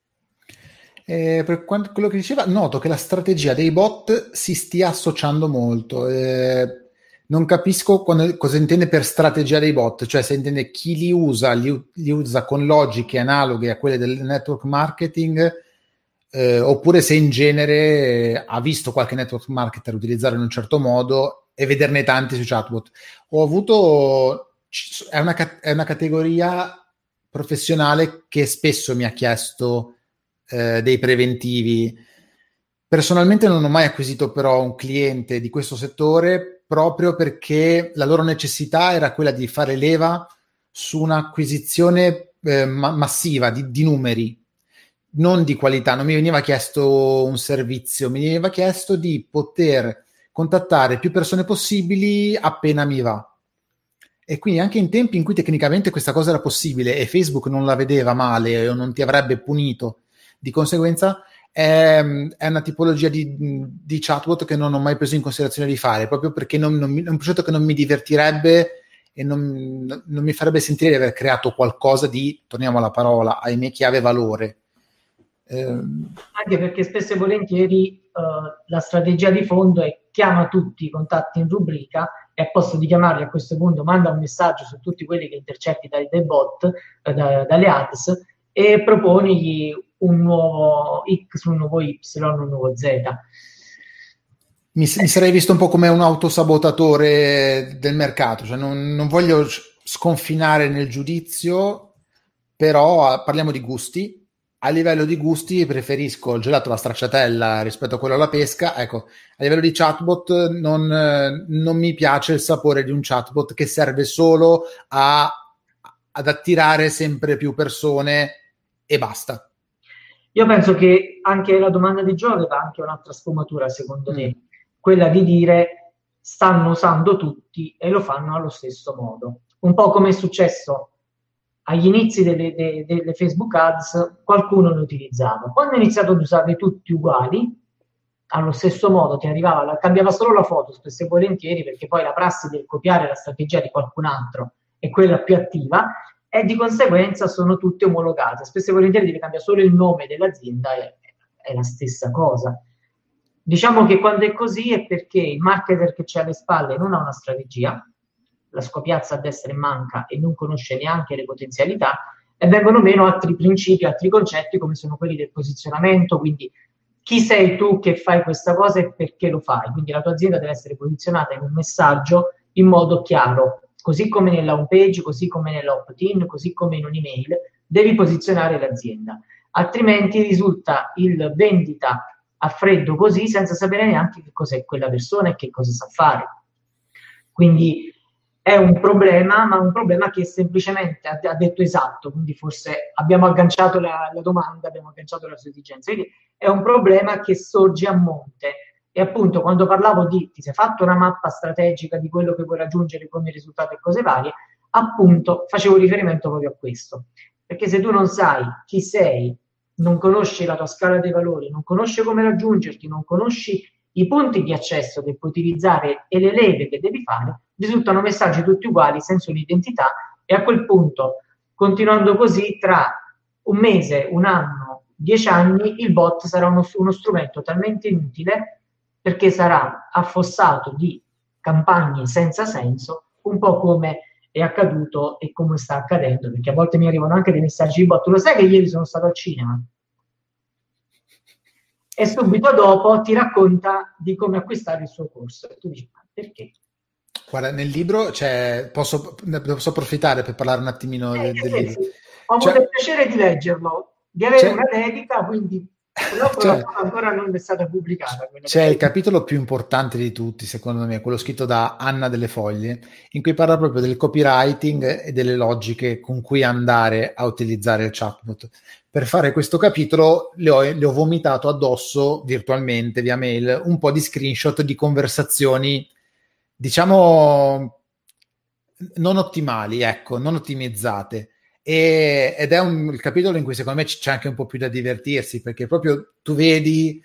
Eh, per quanto, quello che diceva, noto che la strategia dei bot si stia associando molto. Eh, non capisco quando, cosa intende per strategia dei bot, cioè se intende chi li usa, li, li usa con logiche analoghe a quelle del network marketing, eh, oppure se in genere eh, ha visto qualche network marketer utilizzare in un certo modo e vederne tanti su chatbot. Ho avuto, è una, è una categoria professionale che spesso mi ha chiesto eh, dei preventivi. Personalmente non ho mai acquisito però un cliente di questo settore, proprio perché la loro necessità era quella di fare leva su un'acquisizione eh, ma- massiva di, di numeri, non di qualità. Non mi veniva chiesto un servizio, mi veniva chiesto di poter contattare più persone possibili appena mi va. E quindi anche in tempi in cui tecnicamente questa cosa era possibile e Facebook non la vedeva male o non ti avrebbe punito di conseguenza, è, è una tipologia di, di chatbot che non ho mai preso in considerazione di fare, proprio perché non, non mi, è un progetto che non mi divertirebbe e non, non mi farebbe sentire di aver creato qualcosa di, torniamo alla parola, ahimè, che aveva valore. Eh, anche perché spesso e volentieri uh, la strategia di fondo è chiama tutti i contatti in rubrica e a posto di chiamarli a questo punto manda un messaggio su tutti quelli che intercetti dai, dai bot, eh, da, dalle ads, e proponigli un nuovo X, un nuovo Y, un nuovo Z. Mi, mi sarei visto un po' come un autosabotatore del mercato, cioè non, non voglio sconfinare nel giudizio, però parliamo di gusti. A livello di gusti preferisco il gelato alla stracciatella rispetto a quello alla pesca. Ecco, a livello di chatbot non, non mi piace il sapore di un chatbot che serve solo a, ad attirare sempre più persone e basta. Io penso che anche la domanda di Gio aveva anche un'altra sfumatura, secondo mm. me, quella di dire stanno usando tutti e lo fanno allo stesso modo. Un po' come è successo agli inizi delle, delle, delle Facebook Ads, qualcuno le utilizzava. Quando ha iniziato ad usarle tutti uguali, allo stesso modo ti arrivava, la, cambiava solo la foto, spesso e volentieri, perché poi la prassi del copiare la strategia di qualcun altro è quella più attiva, e di conseguenza sono tutte omologate. Spesso e volentieri devi cambiare solo il nome dell'azienda, è, è la stessa cosa. Diciamo che quando è così è perché il marketer che c'è alle spalle non ha una strategia, la sua piazza a destra e manca e non conosce neanche le potenzialità, e vengono meno altri principi, altri concetti come sono quelli del posizionamento, quindi chi sei tu che fai questa cosa e perché lo fai, quindi la tua azienda deve essere posizionata in un messaggio in modo chiaro, così come nella home page, così come nell'opt-in, così come in un'email, devi posizionare l'azienda, altrimenti risulta il vendita a freddo così senza sapere neanche che cos'è quella persona e che cosa sa fare. Quindi è un problema, ma un problema che semplicemente ha, ha detto esatto, quindi forse abbiamo agganciato la, la domanda, abbiamo agganciato la sua esigenza. Quindi è un problema che sorge a monte. E appunto quando parlavo di ti sei fatto una mappa strategica di quello che vuoi raggiungere come risultato e cose varie, appunto facevo riferimento proprio a questo. Perché se tu non sai chi sei non conosci la tua scala dei valori, non conosci come raggiungerti, non conosci i punti di accesso che puoi utilizzare e le leve che devi fare, risultano messaggi tutti uguali senza un'identità, e a quel punto, continuando così, tra un mese, un anno, dieci anni, il bot sarà uno, uno strumento talmente inutile perché sarà affossato di campagne senza senso, un po' come è accaduto e come sta accadendo, perché a volte mi arrivano anche dei messaggi di bot. Tu lo sai che ieri sono stato al cinema? E subito dopo ti racconta di come acquistare il suo corso. E tu dici, ma perché? Guarda, nel libro c'è, posso, ne posso approfittare per parlare un attimino Eh, del, del sì, libro. sì. Ho avuto C'è, il piacere di leggerlo, di avere c'è, una dedica, quindi purtroppo c'è, ancora non è stata pubblicata. c'è il capitolo più importante di tutti, secondo me, quello scritto da Anna Delle Foglie, in cui parla proprio del copywriting e delle logiche con cui andare a utilizzare il chatbot. Per fare questo capitolo le ho, le ho vomitato addosso virtualmente via mail un po' di screenshot di conversazioni, diciamo, non ottimali, ecco, non ottimizzate. E, ed è un il capitolo in cui secondo me c'è anche un po' più da divertirsi, perché proprio tu vedi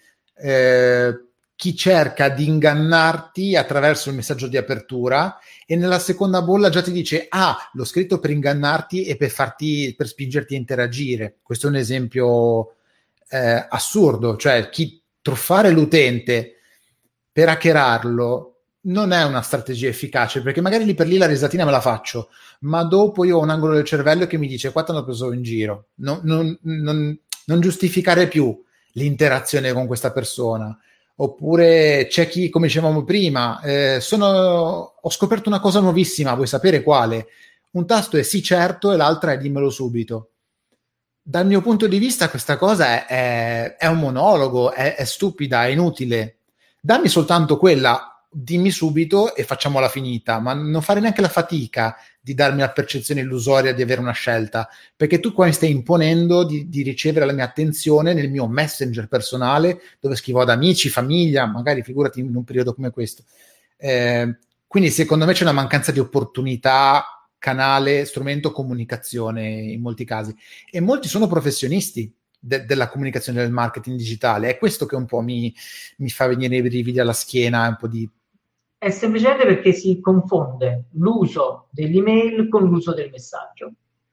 eh, chi cerca di ingannarti attraverso il messaggio di apertura, e nella seconda bolla già ti dice ah, l'ho scritto per ingannarti e per farti, per spingerti a interagire. Questo è un esempio eh, assurdo, cioè chi truffare l'utente per hackerarlo non è una strategia efficace, perché magari lì per lì la risatina me la faccio, ma dopo io ho un angolo del cervello che mi dice qua ti hanno preso in giro. Non, non, non, non giustificare più l'interazione con questa persona. Oppure c'è chi, come dicevamo prima, eh, sono, ho scoperto una cosa nuovissima, vuoi sapere quale? Un tasto è sì certo e l'altra è dimmelo subito. Dal mio punto di vista questa cosa è, è, è un monologo, è, è stupida, è inutile. Dammi soltanto quella, dimmi subito e facciamola finita, ma non fare neanche la fatica di darmi la percezione illusoria di avere una scelta, perché tu qua mi stai imponendo di, di ricevere la mia attenzione nel mio messenger personale, dove scrivo ad amici, famiglia, magari figurati in un periodo come questo. Eh, quindi secondo me c'è una mancanza di opportunità, canale, strumento, comunicazione in molti casi, e molti sono professionisti de- della comunicazione, del marketing digitale. È questo che un po' mi, mi fa venire i brividi alla schiena, un po' di È semplicemente perché si confonde l'uso dell'email con l'uso del messaggio.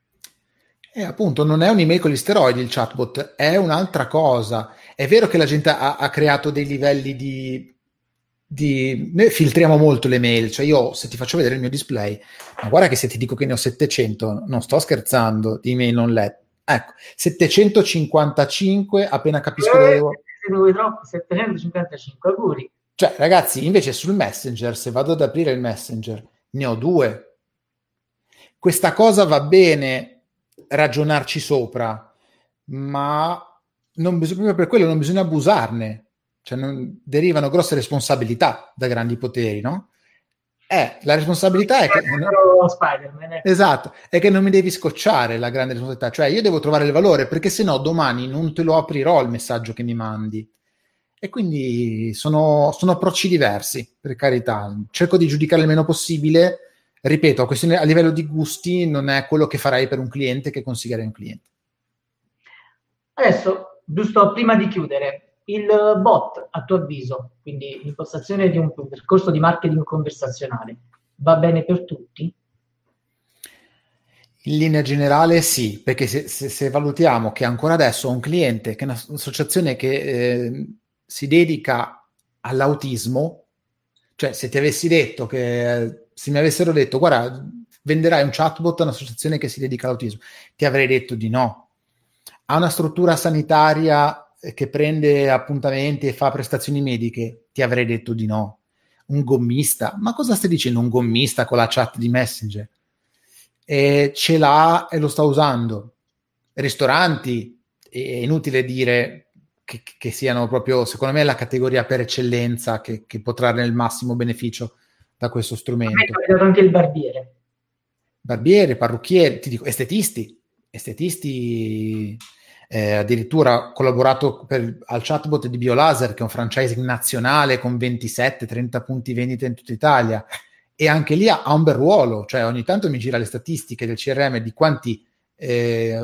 E appunto non è un'email con gli steroidi il chatbot, è un'altra cosa. È vero che la gente ha, ha creato dei livelli di, di... Noi filtriamo molto le mail, cioè io se ti faccio vedere il mio display, ma guarda che se ti dico che ne ho settecento, non sto scherzando, di email non lette. Ecco, settecentocinquantacinque, appena capisco dove devo... Se vuoi troppo, settecentocinquantacinque, auguri. Cioè, ragazzi, invece sul Messenger, se vado ad aprire il Messenger, ne ho due. Questa cosa va bene ragionarci sopra, ma non bisogna, proprio per quello non bisogna abusarne. Cioè, non, derivano grosse responsabilità da grandi poteri, no? Eh, la responsabilità è che... No, Spider-Man, eh. Esatto, è che non mi devi scocciare la grande responsabilità. Cioè, io devo trovare il valore, perché se no domani non te lo aprirò il messaggio che mi mandi. E quindi sono, sono approcci diversi, per carità. Cerco di giudicare il meno possibile. Ripeto, a, questione, a livello di gusti non è quello che farei per un cliente che consiglierei a un cliente. Adesso, giusto prima di chiudere, il bot, a tuo avviso, quindi l'impostazione di un percorso di marketing conversazionale, va bene per tutti? In linea generale sì, perché se, se, se valutiamo che ancora adesso ho un cliente, che è un'associazione che... Eh, si dedica all'autismo, cioè se ti avessi detto che se mi avessero detto guarda venderai un chatbot a un'associazione che si dedica all'autismo, ti avrei detto di no. Ha una struttura sanitaria che prende appuntamenti e fa prestazioni mediche, ti avrei detto di no. Un gommista, ma cosa stai dicendo un gommista con la chat di Messenger? E ce l'ha e lo sta usando. Ristoranti, è inutile dire Che, che siano proprio, secondo me, la categoria per eccellenza che, che può trarre il massimo beneficio da questo strumento. A me è anche il barbiere. Barbiere, parrucchieri, ti dico, estetisti, estetisti, eh, addirittura ho collaborato per, al chatbot di BioLaser, che è un franchising nazionale con ventisette trenta punti vendita in tutta Italia, e anche lì ha, ha un bel ruolo, cioè ogni tanto mi gira le statistiche del C R M di quanti... Eh,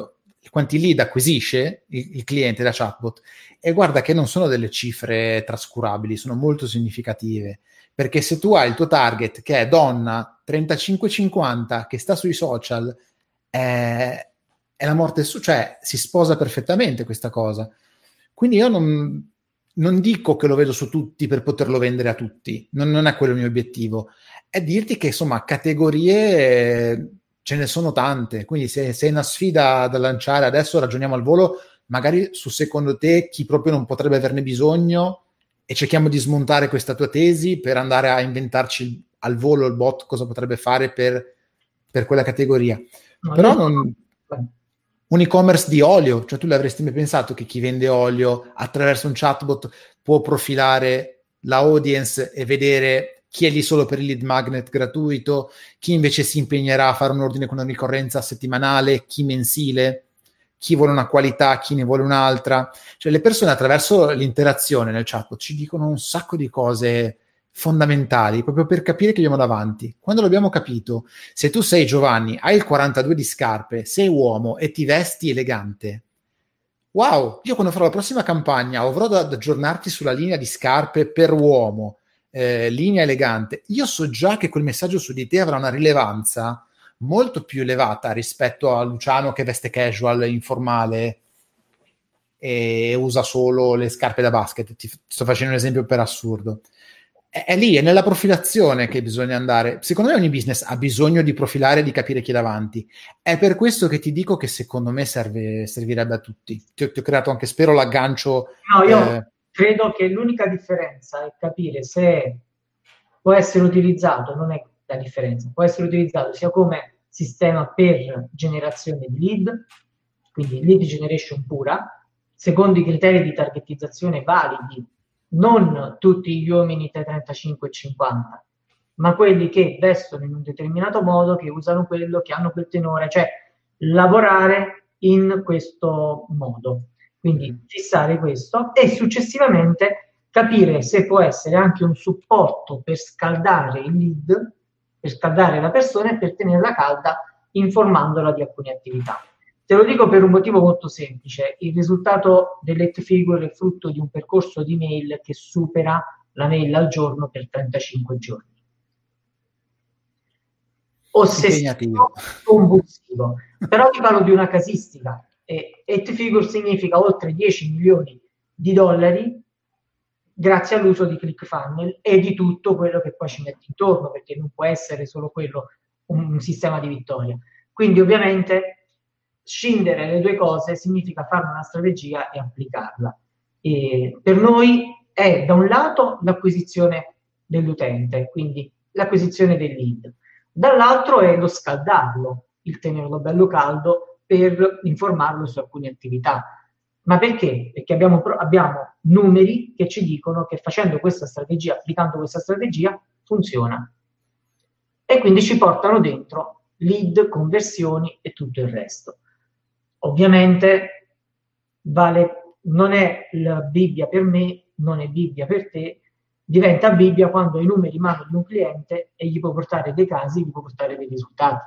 quanti lead acquisisce il, il cliente da chatbot, e guarda che non sono delle cifre trascurabili, sono molto significative, perché se tu hai il tuo target che è donna trentacinque cinquanta che sta sui social, è, è la morte su, cioè si sposa perfettamente questa cosa. Quindi io non, non dico che lo vedo su tutti per poterlo vendere a tutti, non, non è quello il mio obiettivo, è dirti che insomma categorie ce ne sono tante, quindi se, se è una sfida da lanciare adesso, ragioniamo al volo, magari su secondo te chi proprio non potrebbe averne bisogno, e cerchiamo di smontare questa tua tesi per andare a inventarci al volo il bot cosa potrebbe fare per, per quella categoria. No, però non... un e-commerce di olio, cioè tu l'avresti mai pensato che chi vende olio attraverso un chatbot può profilare la audience e vedere chi è lì solo per il lead magnet gratuito, chi invece si impegnerà a fare un ordine con una ricorrenza settimanale, chi mensile, chi vuole una qualità, chi ne vuole un'altra. Cioè le persone attraverso l'interazione nel chatbot ci dicono un sacco di cose fondamentali proprio per capire che abbiamo davanti. Quando l'abbiamo capito, se tu sei Giovanni, hai il quarantadue di scarpe, sei uomo e ti vesti elegante, wow, io quando farò la prossima campagna avrò da aggiornarti sulla linea di scarpe per uomo, eh, linea elegante, io so già che quel messaggio su di te avrà una rilevanza molto più elevata rispetto a Luciano che veste casual, informale e usa solo le scarpe da basket. Ti sto facendo un esempio per assurdo. È, è lì, è nella profilazione che bisogna andare. Secondo me ogni business ha bisogno di profilare e di capire chi è davanti. È per questo che ti dico che secondo me serve, servirebbe a tutti. Ti, ti ho creato anche, spero, l'aggancio. No, io eh... credo che l'unica differenza è capire se può essere utilizzato, non è la differenza, può essere utilizzato sia come sistema per generazione di lead, quindi lead generation pura, secondo i criteri di targetizzazione validi, non tutti gli uomini tra i trentacinque e i cinquanta, ma quelli che vestono in un determinato modo, che usano quello, che hanno quel tenore, cioè lavorare in questo modo. Quindi fissare questo e successivamente capire se può essere anche un supporto per scaldare il lead, per scaldare la persona e per tenerla calda informandola di alcune attività. Te lo dico per un motivo molto semplice: il risultato dell'eight figure è frutto di un percorso di mail che supera la mail al giorno per trentacinque giorni. Ossessivo, convulsivo. Però ti parlo di una casistica. E eight figure significa oltre dieci milioni di dollari grazie all'uso di ClickFunnels e di tutto quello che poi ci metti intorno, perché non può essere solo quello un, un sistema di vittoria. Quindi ovviamente scindere le due cose significa fare una strategia e applicarla. E per noi è da un lato l'acquisizione dell'utente, quindi l'acquisizione del lead, dall'altro è lo scaldarlo, il tenerlo bello caldo per informarlo su alcune attività. Ma perché? Perché abbiamo, abbiamo numeri che ci dicono che facendo questa strategia, applicando questa strategia, funziona. E quindi ci portano dentro lead, conversioni e tutto il resto. Ovviamente vale, non è la Bibbia per me, non è Bibbia per te, diventa Bibbia quando hai i numeri in mano di un cliente e gli puoi portare dei casi, gli puoi portare dei risultati.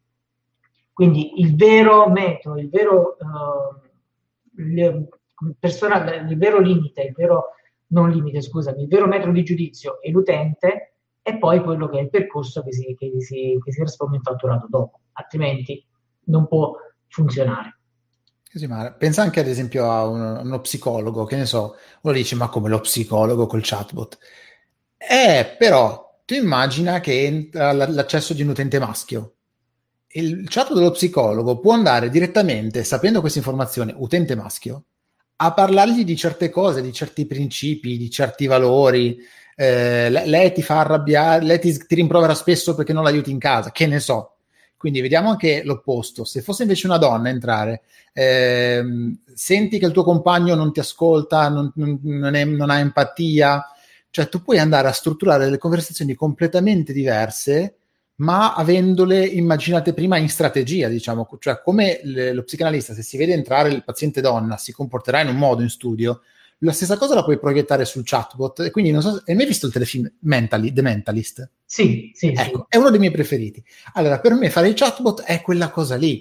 Quindi il vero metodo, il vero... Uh, Il, persona, il vero limite, il vero non limite, scusami, il vero metro di giudizio è l'utente e poi quello che è il percorso che si, che si, che si trasforma in fatturato dopo, altrimenti non può funzionare. Sì, ma pensa anche ad esempio a uno, uno psicologo, che ne so, uno dice ma come lo psicologo col chatbot? Eh, però tu immagina che entra l'accesso di un utente maschio. Il chat dello psicologo può andare direttamente, sapendo questa informazione, utente maschio, a parlargli di certe cose, di certi principi, di certi valori. Eh, lei, lei ti fa arrabbiare, lei ti, ti rimprovera spesso perché non l'aiuti in casa, che ne so. Quindi vediamo anche l'opposto. Se fosse invece una donna a entrare, ehm, senti che il tuo compagno non ti ascolta, non, non, non, è, non ha empatia, cioè tu puoi andare a strutturare delle conversazioni completamente diverse, ma avendole immaginate prima in strategia, diciamo, cioè come le, lo psicanalista, se si vede entrare il paziente donna, si comporterà in un modo in studio, la stessa cosa la puoi proiettare sul chatbot. E quindi non so, hai mai visto il telefilm Mentally, The Mentalist? Sì, sì, ecco, sì. È uno dei miei preferiti. Allora, per me fare il chatbot è quella cosa lì,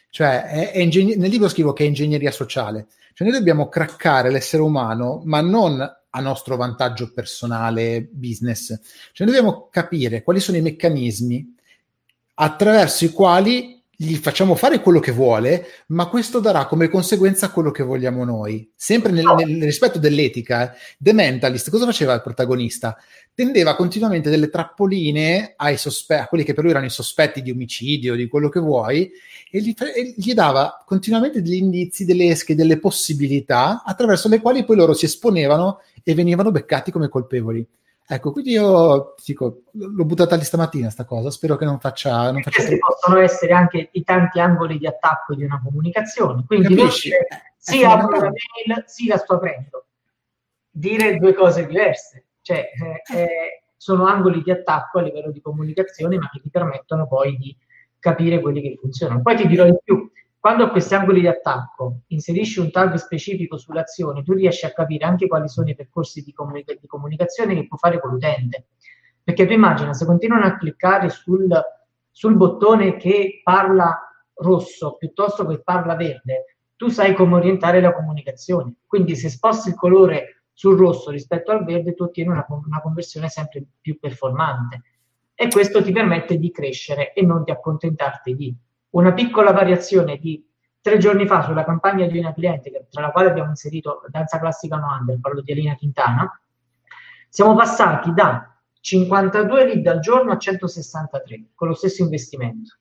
Cioè, è, è ingegner- nel libro scrivo che è ingegneria sociale. Cioè, noi dobbiamo craccare l'essere umano, ma non a nostro vantaggio personale, business. Cioè, noi dobbiamo capire quali sono i meccanismi attraverso i quali gli facciamo fare quello che vuole, ma questo darà come conseguenza quello che vogliamo noi. Sempre nel, nel rispetto dell'etica. Eh. The Mentalist, cosa faceva il protagonista? Tendeva continuamente delle trappoline ai sospe- a quelli che per lui erano i sospetti di omicidio, di quello che vuoi, e gli, e gli dava continuamente degli indizi, delle esche, delle possibilità, attraverso le quali poi loro si esponevano e venivano beccati come colpevoli. Ecco, quindi io dico, l'ho buttata lì stamattina sta cosa, spero che non faccia... Non faccia Questi possono essere anche i tanti angoli di attacco di una comunicazione, quindi capisci? Dire, sì, apro la mail, sì, la sto aprendo. Dire due cose diverse, cioè eh, eh, sono angoli di attacco a livello di comunicazione, ma che ti permettono poi di capire quelli che funzionano. Poi ti dirò di più, quando a questi angoli di attacco inserisci un tag specifico sull'azione, tu riesci a capire anche quali sono i percorsi di, comunica- di comunicazione che può fare con l'utente. Perché tu immagina, se continuano a cliccare sul, sul bottone che parla rosso piuttosto che parla verde, tu sai come orientare la comunicazione. Quindi se sposti il colore sul rosso rispetto al verde, tu ottieni una, una conversione sempre più performante. E questo ti permette di crescere e non di accontentarti di una piccola variazione di tre giorni fa sulla campagna di una cliente, tra la quale abbiamo inserito Danza Classica No Under, parlo di Elena Quintana, siamo passati da cinquantadue lead al giorno a centosessantatré, con lo stesso investimento,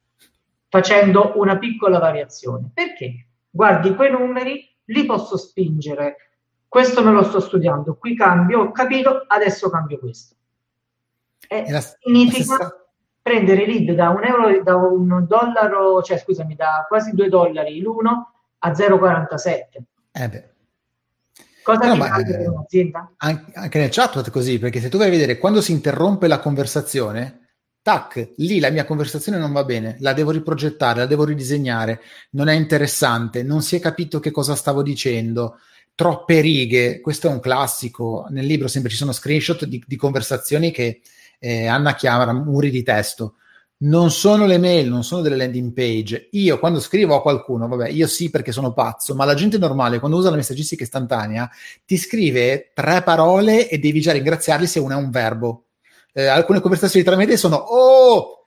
facendo una piccola variazione. Perché? Guardi quei numeri, li posso spingere, questo me lo sto studiando, qui cambio, ho capito, adesso cambio questo. E la, significa... la prendere lead da un euro, da un dollaro, cioè scusami, da quasi due dollari l'uno a zero virgola quarantasette. Eh beh. Cosa no, ti ma, cambia per un'azienda? Anche nel chatbot è così, perché se tu vai a vedere quando si interrompe la conversazione, tac, lì la mia conversazione non va bene, la devo riprogettare, la devo ridisegnare, non è interessante, non si è capito che cosa stavo dicendo, troppe righe, questo è un classico, nel libro sempre ci sono screenshot di, di conversazioni che eh, Anna chiama muri di testo. Non sono le mail, non sono delle landing page. Io quando scrivo a qualcuno, vabbè, io sì perché sono pazzo, ma la gente normale quando usa la messaggistica istantanea ti scrive tre parole e devi già ringraziarli se uno è un verbo. Eh, alcune conversazioni tra me e te sono oh,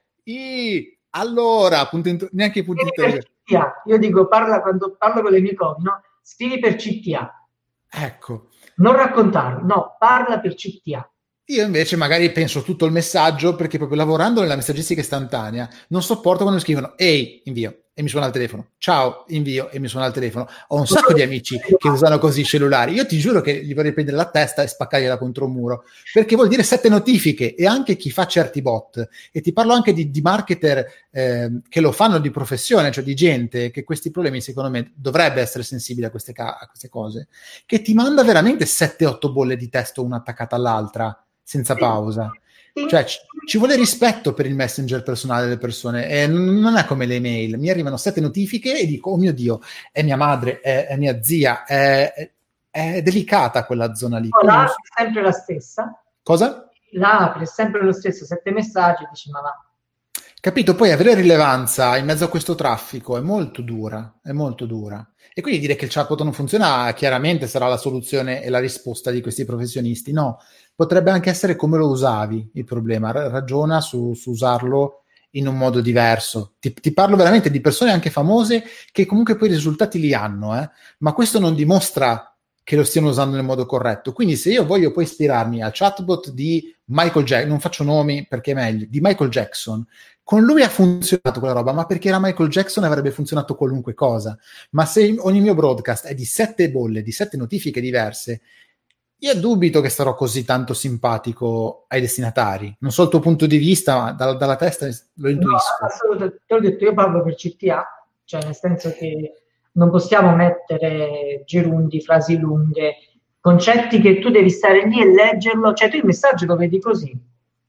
i, allora, punto in, neanche i punti interrogativi. Io dico, parla quando parlo con le mie covi, no? Scrivi per C T A. Ecco. Non raccontare, no, parla per C T A. Io invece magari penso tutto il messaggio perché proprio lavorando nella messaggistica istantanea non sopporto quando mi scrivono ehi, invio, e mi suona il telefono, ciao, invio, e mi suona il telefono. Ho un sacco di amici che usano così i cellulari. Io ti giuro che gli vorrei prendere la testa e spaccargliela contro un muro, perché vuol dire sette notifiche. E anche chi fa certi bot, e ti parlo anche di, di marketer eh, che lo fanno di professione, cioè di gente che questi problemi secondo me dovrebbe essere sensibile a queste, ca- a queste cose, che ti manda veramente sette otto bolle di testo una attaccata all'altra senza pausa. Cioè ci, ci vuole rispetto per il messenger personale delle persone e non è come le email. Mi arrivano sette notifiche e dico oh mio Dio, è mia madre, è, è mia zia, è, è, è delicata quella zona lì. No, la apri è sempre la stessa. Cosa? La apri è sempre lo stesso, sette messaggi e dici ma va. Capito? Poi avere rilevanza in mezzo a questo traffico è molto dura, è molto dura. E quindi dire che il chatbot non funziona chiaramente sarà la soluzione e la risposta di questi professionisti. No, potrebbe anche essere come lo usavi il problema. Ragiona su, su usarlo in un modo diverso. Ti, ti parlo veramente di persone anche famose che comunque poi i risultati li hanno, eh? Ma questo non dimostra che lo stiano usando nel modo corretto. Quindi se io voglio poi ispirarmi al chatbot di Michael Jackson, non faccio nomi perché è meglio, di Michael Jackson, con lui ha funzionato quella roba, ma perché era Michael Jackson avrebbe funzionato qualunque cosa. Ma se ogni mio broadcast è di sette bolle, di sette notifiche diverse, io dubito che sarò così tanto simpatico ai destinatari. Non so il tuo punto di vista, ma dalla, dalla testa lo intuisco. No, assolutamente. Te l'ho detto, io parlo per C T A, cioè nel senso che non possiamo mettere gerundi, frasi lunghe, concetti che tu devi stare lì e leggerlo, cioè tu il messaggio lo vedi così.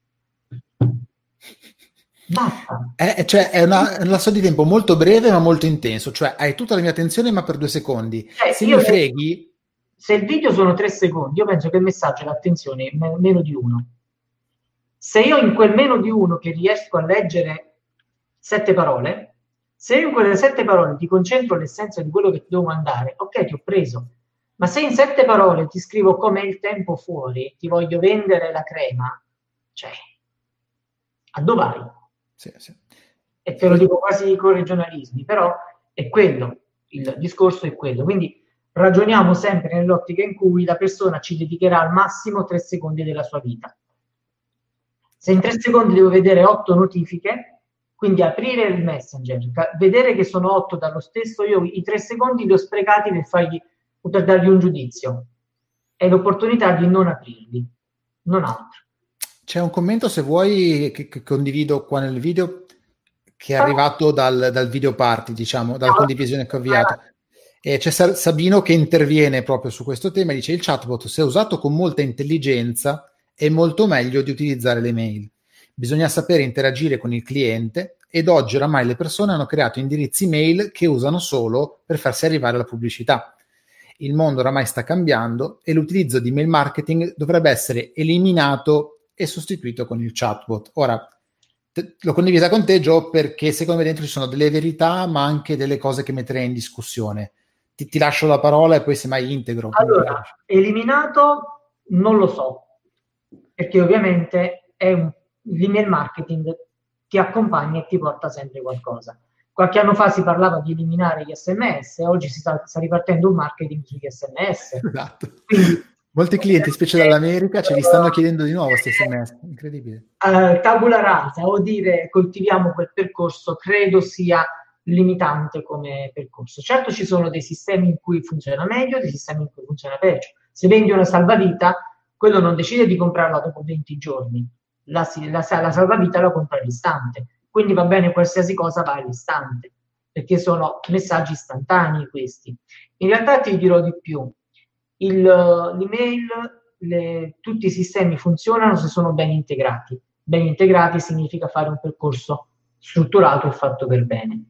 Basta. È, cioè, è una, un lasso di tempo molto breve ma molto intenso, cioè hai tutta la mia attenzione ma per due secondi. Eh, se mi freghi... Se il video sono tre secondi, io penso che il messaggio è l'attenzione è me- meno di uno. Se io in quel meno di uno che riesco a leggere sette parole, Se in quelle sette parole ti concentro l'essenza di quello che ti devo mandare, ok, ti ho preso. Ma se in sette parole ti scrivo come il tempo fuori, ti voglio vendere la crema, cioè, a dove vai? Sì, sì. E te lo dico quasi con regionalismi, però è quello, il discorso è quello. Quindi ragioniamo sempre nell'ottica in cui la persona ci dedicherà al massimo tre secondi della sua vita. Se in tre secondi devo vedere otto notifiche, quindi aprire il Messenger, vedere che sono otto dallo stesso, io i tre secondi li ho sprecati per fargli, per dargli un giudizio. È l'opportunità di non aprirli, non altro. C'è un commento, se vuoi, che, che condivido qua nel video, che è arrivato dal, dal video party, diciamo, dalla condivisione che ho avviato. E c'è Sabino che interviene proprio su questo tema e dice: il chatbot, se usato con molta intelligenza, è molto meglio di utilizzare le mail. Bisogna sapere interagire con il cliente, ed oggi oramai le persone hanno creato indirizzi mail che usano solo per farsi arrivare la pubblicità. Il mondo oramai sta cambiando e l'utilizzo di mail marketing dovrebbe essere eliminato e sostituito con il chatbot. Ora, te, l'ho condivisa con te, Gio, perché secondo me dentro ci sono delle verità, ma anche delle cose che metterei in discussione. Ti, ti lascio la parola e poi semmai integro. Allora, eliminato non lo so, perché ovviamente è un, l'email marketing ti accompagna e ti porta sempre qualcosa. Qualche anno fa si parlava di eliminare gli sms, oggi si sta, sta ripartendo un marketing sugli sms. Esatto. Quindi, molti clienti, specie dall'America, ce li stanno chiedendo di nuovo questi sms, incredibile. Uh, tabula rasa, o dire coltiviamo quel percorso, credo sia limitante come percorso. Certo ci sono dei sistemi in cui funziona meglio, dei sistemi in cui funziona peggio. Se vendi una salvavita, quello non decide di comprarla dopo venti giorni, la, la, la salvavita la compra all'istante, quindi va bene qualsiasi cosa va all'istante, perché sono messaggi istantanei questi. In realtà ti dirò di più, Il, l'email, le, tutti i sistemi funzionano se sono ben integrati. Ben integrati significa fare un percorso strutturato e fatto per bene.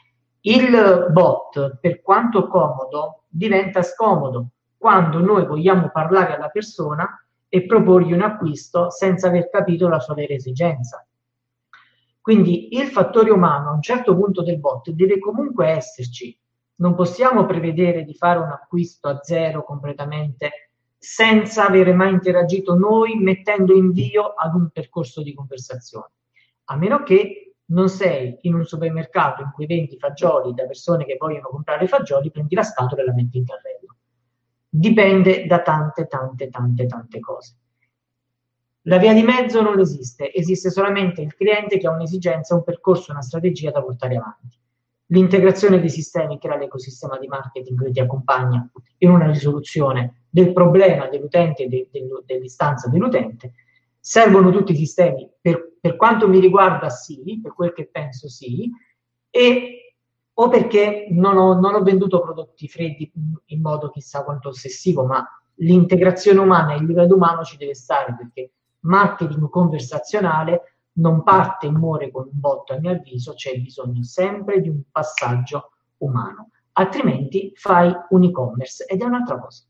Il bot, per quanto comodo, diventa scomodo quando noi vogliamo parlare alla persona e proporgli un acquisto senza aver capito la sua vera esigenza. Quindi il fattore umano a un certo punto del bot deve comunque esserci. Non possiamo prevedere di fare un acquisto a zero completamente senza avere mai interagito noi mettendo invio ad un percorso di conversazione. A meno che non sei in un supermercato in cui vendi fagioli da persone che vogliono comprare fagioli, prendi la scatola e la metti in carrello. Dipende da tante, tante, tante, tante cose. La via di mezzo non esiste, esiste solamente il cliente che ha un'esigenza, un percorso, una strategia da portare avanti. L'integrazione dei sistemi crea l'ecosistema di marketing che ti accompagna in una risoluzione del problema dell'utente e de, de, dell'istanza dell'utente. Servono tutti i sistemi, per, per quanto mi riguarda sì, per quel che penso sì, e o perché non ho, non ho venduto prodotti freddi in modo chissà quanto ossessivo, ma l'integrazione umana e il livello umano ci deve stare, perché marketing conversazionale non parte e muore con un bot, a mio avviso. C'è bisogno sempre di un passaggio umano, altrimenti fai un e-commerce ed è un'altra cosa.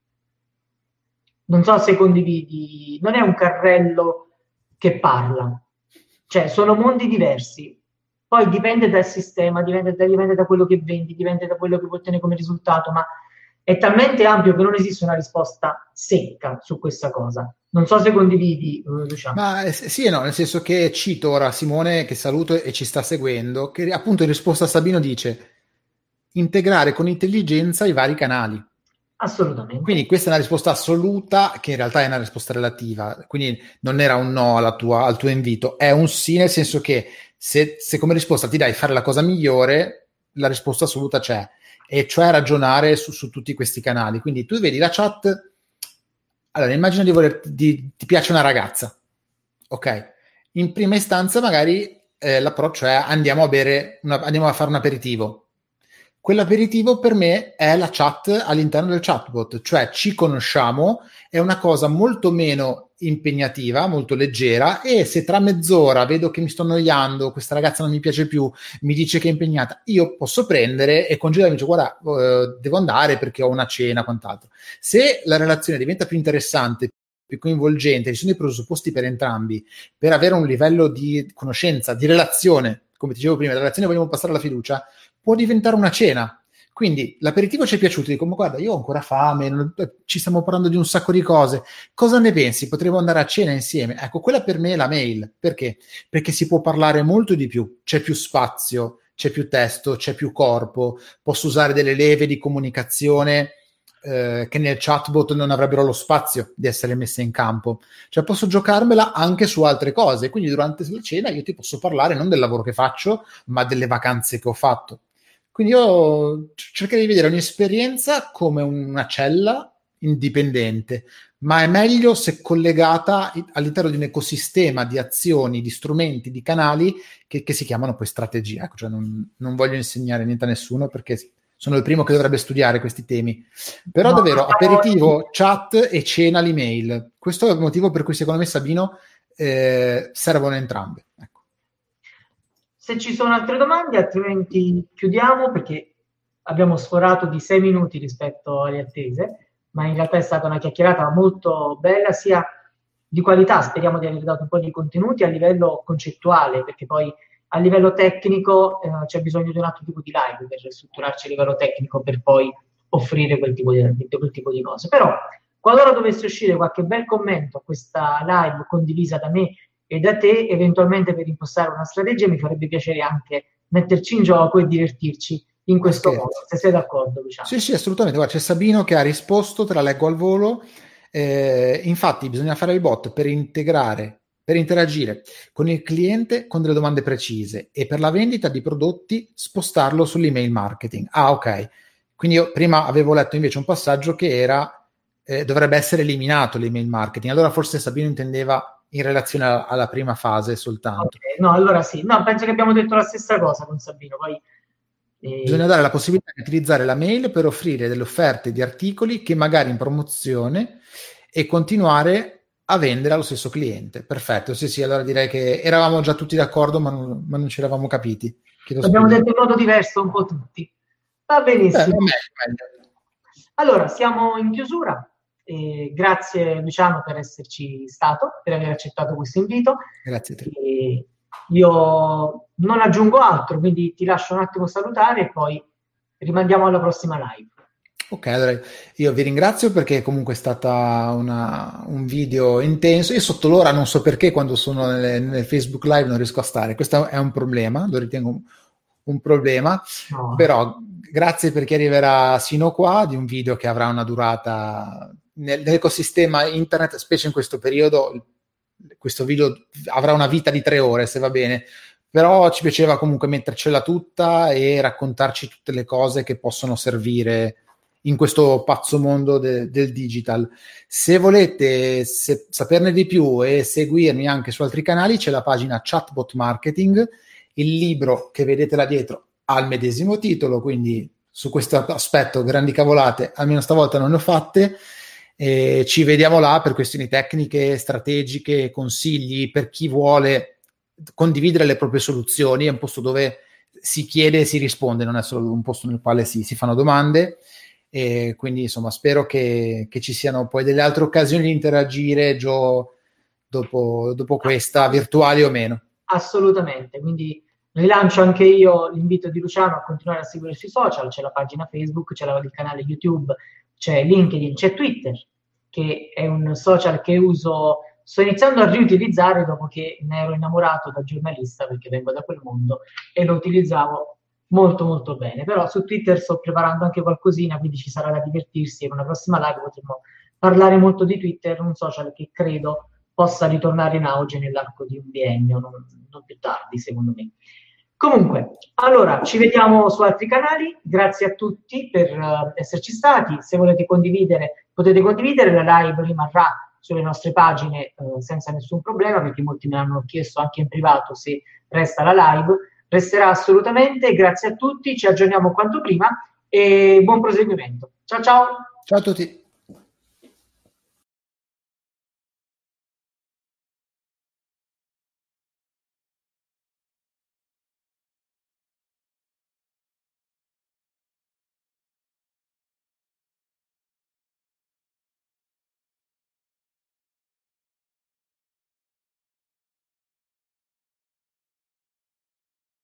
Non so se condividi, non è un carrello che parla, cioè sono mondi diversi, poi dipende dal sistema, dipende da, dipende da quello che vendi, dipende da quello che vuoi ottenere come risultato, ma è talmente ampio che non esiste una risposta secca su questa cosa. Non so se condividi, Luciano. Ma eh, sì e no, nel senso che cito ora Simone, che saluto e ci sta seguendo, che appunto in risposta a Sabino dice integrare con intelligenza i vari canali. Assolutamente. Quindi questa è una risposta assoluta, che in realtà è una risposta relativa, quindi non era un no alla tua, al tuo invito, è un sì, nel senso che se, se come risposta ti dai fare la cosa migliore, la risposta assoluta c'è, e cioè ragionare su, su tutti questi canali. Quindi tu vedi la chat, allora immagina di voler, di, ti piace una ragazza, ok? In prima istanza magari eh, l'approccio è andiamo a bere, una, andiamo a fare un aperitivo. Quell'aperitivo per me è la chat all'interno del chatbot, cioè ci conosciamo, è una cosa molto meno impegnativa, molto leggera, e se tra mezz'ora vedo che mi sto annoiando, questa ragazza non mi piace più, mi dice che è impegnata, io posso prendere e congedarmi, dice guarda, eh, devo andare perché ho una cena, quant'altro. Se la relazione diventa più interessante, più coinvolgente, ci sono i presupposti per entrambi, per avere un livello di conoscenza, di relazione come ti dicevo prima, la relazione vogliamo passare alla fiducia, può diventare una cena. Quindi l'aperitivo ci è piaciuto, dico, ma guarda, io ho ancora fame, non, ci stiamo parlando di un sacco di cose, cosa ne pensi? Potremmo andare a cena insieme? Ecco, quella per me è la mail. Perché? Perché si può parlare molto di più, c'è più spazio, c'è più testo, c'è più corpo, posso usare delle leve di comunicazione eh, che nel chatbot non avrebbero lo spazio di essere messe in campo. Cioè posso giocarmela anche su altre cose, quindi durante la cena io ti posso parlare non del lavoro che faccio, ma delle vacanze che ho fatto. Quindi io cercherei di vedere ogni esperienza come una cella indipendente, ma è meglio se collegata all'interno di un ecosistema di azioni, di strumenti, di canali che, che si chiamano poi strategia. Ecco, cioè non, non voglio insegnare niente a nessuno perché sono il primo che dovrebbe studiare questi temi. Però No, davvero, no, aperitivo, chat e cena all'email. Questo è il motivo per cui secondo me, Sabino, eh, servono entrambe. Ecco. Se ci sono altre domande, altrimenti chiudiamo perché abbiamo sforato di sei minuti rispetto alle attese, ma in realtà è stata una chiacchierata molto bella, sia di qualità, speriamo di aver dato un po' di contenuti a livello concettuale, perché poi a livello tecnico eh, c'è bisogno di un altro tipo di live per strutturarci a livello tecnico, per poi offrire quel tipo di, quel tipo di cose. Però, qualora dovesse uscire qualche bel commento a questa live condivisa da me e da te, eventualmente per impostare una strategia, mi farebbe piacere anche metterci in gioco e divertirci in questo Perché? modo, se sei d'accordo, diciamo. Sì, sì, assolutamente. Guarda, c'è Sabino che ha risposto, te la leggo al volo. Eh, infatti bisogna fare il bot per integrare, per interagire con il cliente con delle domande precise e per la vendita di prodotti spostarlo sull'email marketing. Ah, ok. Quindi io prima avevo letto invece un passaggio che era eh, dovrebbe essere eliminato l'email marketing. Allora forse Sabino intendeva in relazione a- alla prima fase soltanto. Okay, no, allora sì, no, penso che abbiamo detto la stessa cosa con Sabino, poi eh, Bisogna dare la possibilità di utilizzare la mail per offrire delle offerte di articoli che magari in promozione e continuare a vendere allo stesso cliente. Perfetto, sì sì, allora direi che eravamo già tutti d'accordo ma non, ma non ci eravamo capiti. Chiedo l'abbiamo scusa. detto in modo diverso un po' tutti. Va Beh, benissimo. meglio, meglio. Allora, siamo in chiusura. Eh, grazie Luciano per esserci stato, per aver accettato questo invito. Grazie a te. E io non aggiungo altro, quindi ti lascio un attimo salutare e poi rimandiamo alla prossima live. Ok, allora io vi ringrazio perché comunque è stata una, un video intenso. Io sotto l'ora non so perché quando sono nelle, nelle Facebook Live non riesco a stare. Questo è un problema, lo ritengo un, un problema, No. però grazie per chi arriverà sino qua di un video che avrà una durata nel, nell'ecosistema internet, specie in questo periodo. Questo video avrà una vita di tre ore se va bene, però ci piaceva comunque mettercela tutta e raccontarci tutte le cose che possono servire in questo pazzo mondo de- del digital. Se volete se- saperne di più e seguirmi anche su altri canali, c'è la pagina Chatbot Marketing, il libro che vedete là dietro ha il medesimo titolo, quindi su questo aspetto grandi cavolate, almeno stavolta non ne ho fatte. E ci vediamo là per questioni tecniche, strategiche, consigli per chi vuole condividere le proprie soluzioni. È un posto dove si chiede e si risponde, non è solo un posto nel quale si, si fanno domande. E quindi insomma spero che, che ci siano poi delle altre occasioni di interagire, Gio, dopo, dopo questa, virtuali o meno. Assolutamente, quindi rilancio anche io l'invito di Luciano a continuare a seguire sui social, c'è la pagina Facebook, c'è la, il canale YouTube, c'è LinkedIn, c'è Twitter, che è un social che uso, sto iniziando a riutilizzare dopo che ne ero innamorato da giornalista, perché vengo da quel mondo, e lo utilizzavo molto molto bene, però su Twitter sto preparando anche qualcosina, quindi ci sarà da divertirsi e in una prossima live potremo parlare molto di Twitter, un social che credo possa ritornare in auge nell'arco di un biennio, non, non più tardi secondo me. Comunque, allora, ci vediamo su altri canali, grazie a tutti per uh, esserci stati, se volete condividere, potete condividere, la live rimarrà sulle nostre pagine uh, senza nessun problema, perché molti me l'hanno chiesto anche in privato se resta la live, resterà assolutamente, grazie a tutti, ci aggiorniamo quanto prima e buon proseguimento. Ciao ciao! Ciao a tutti!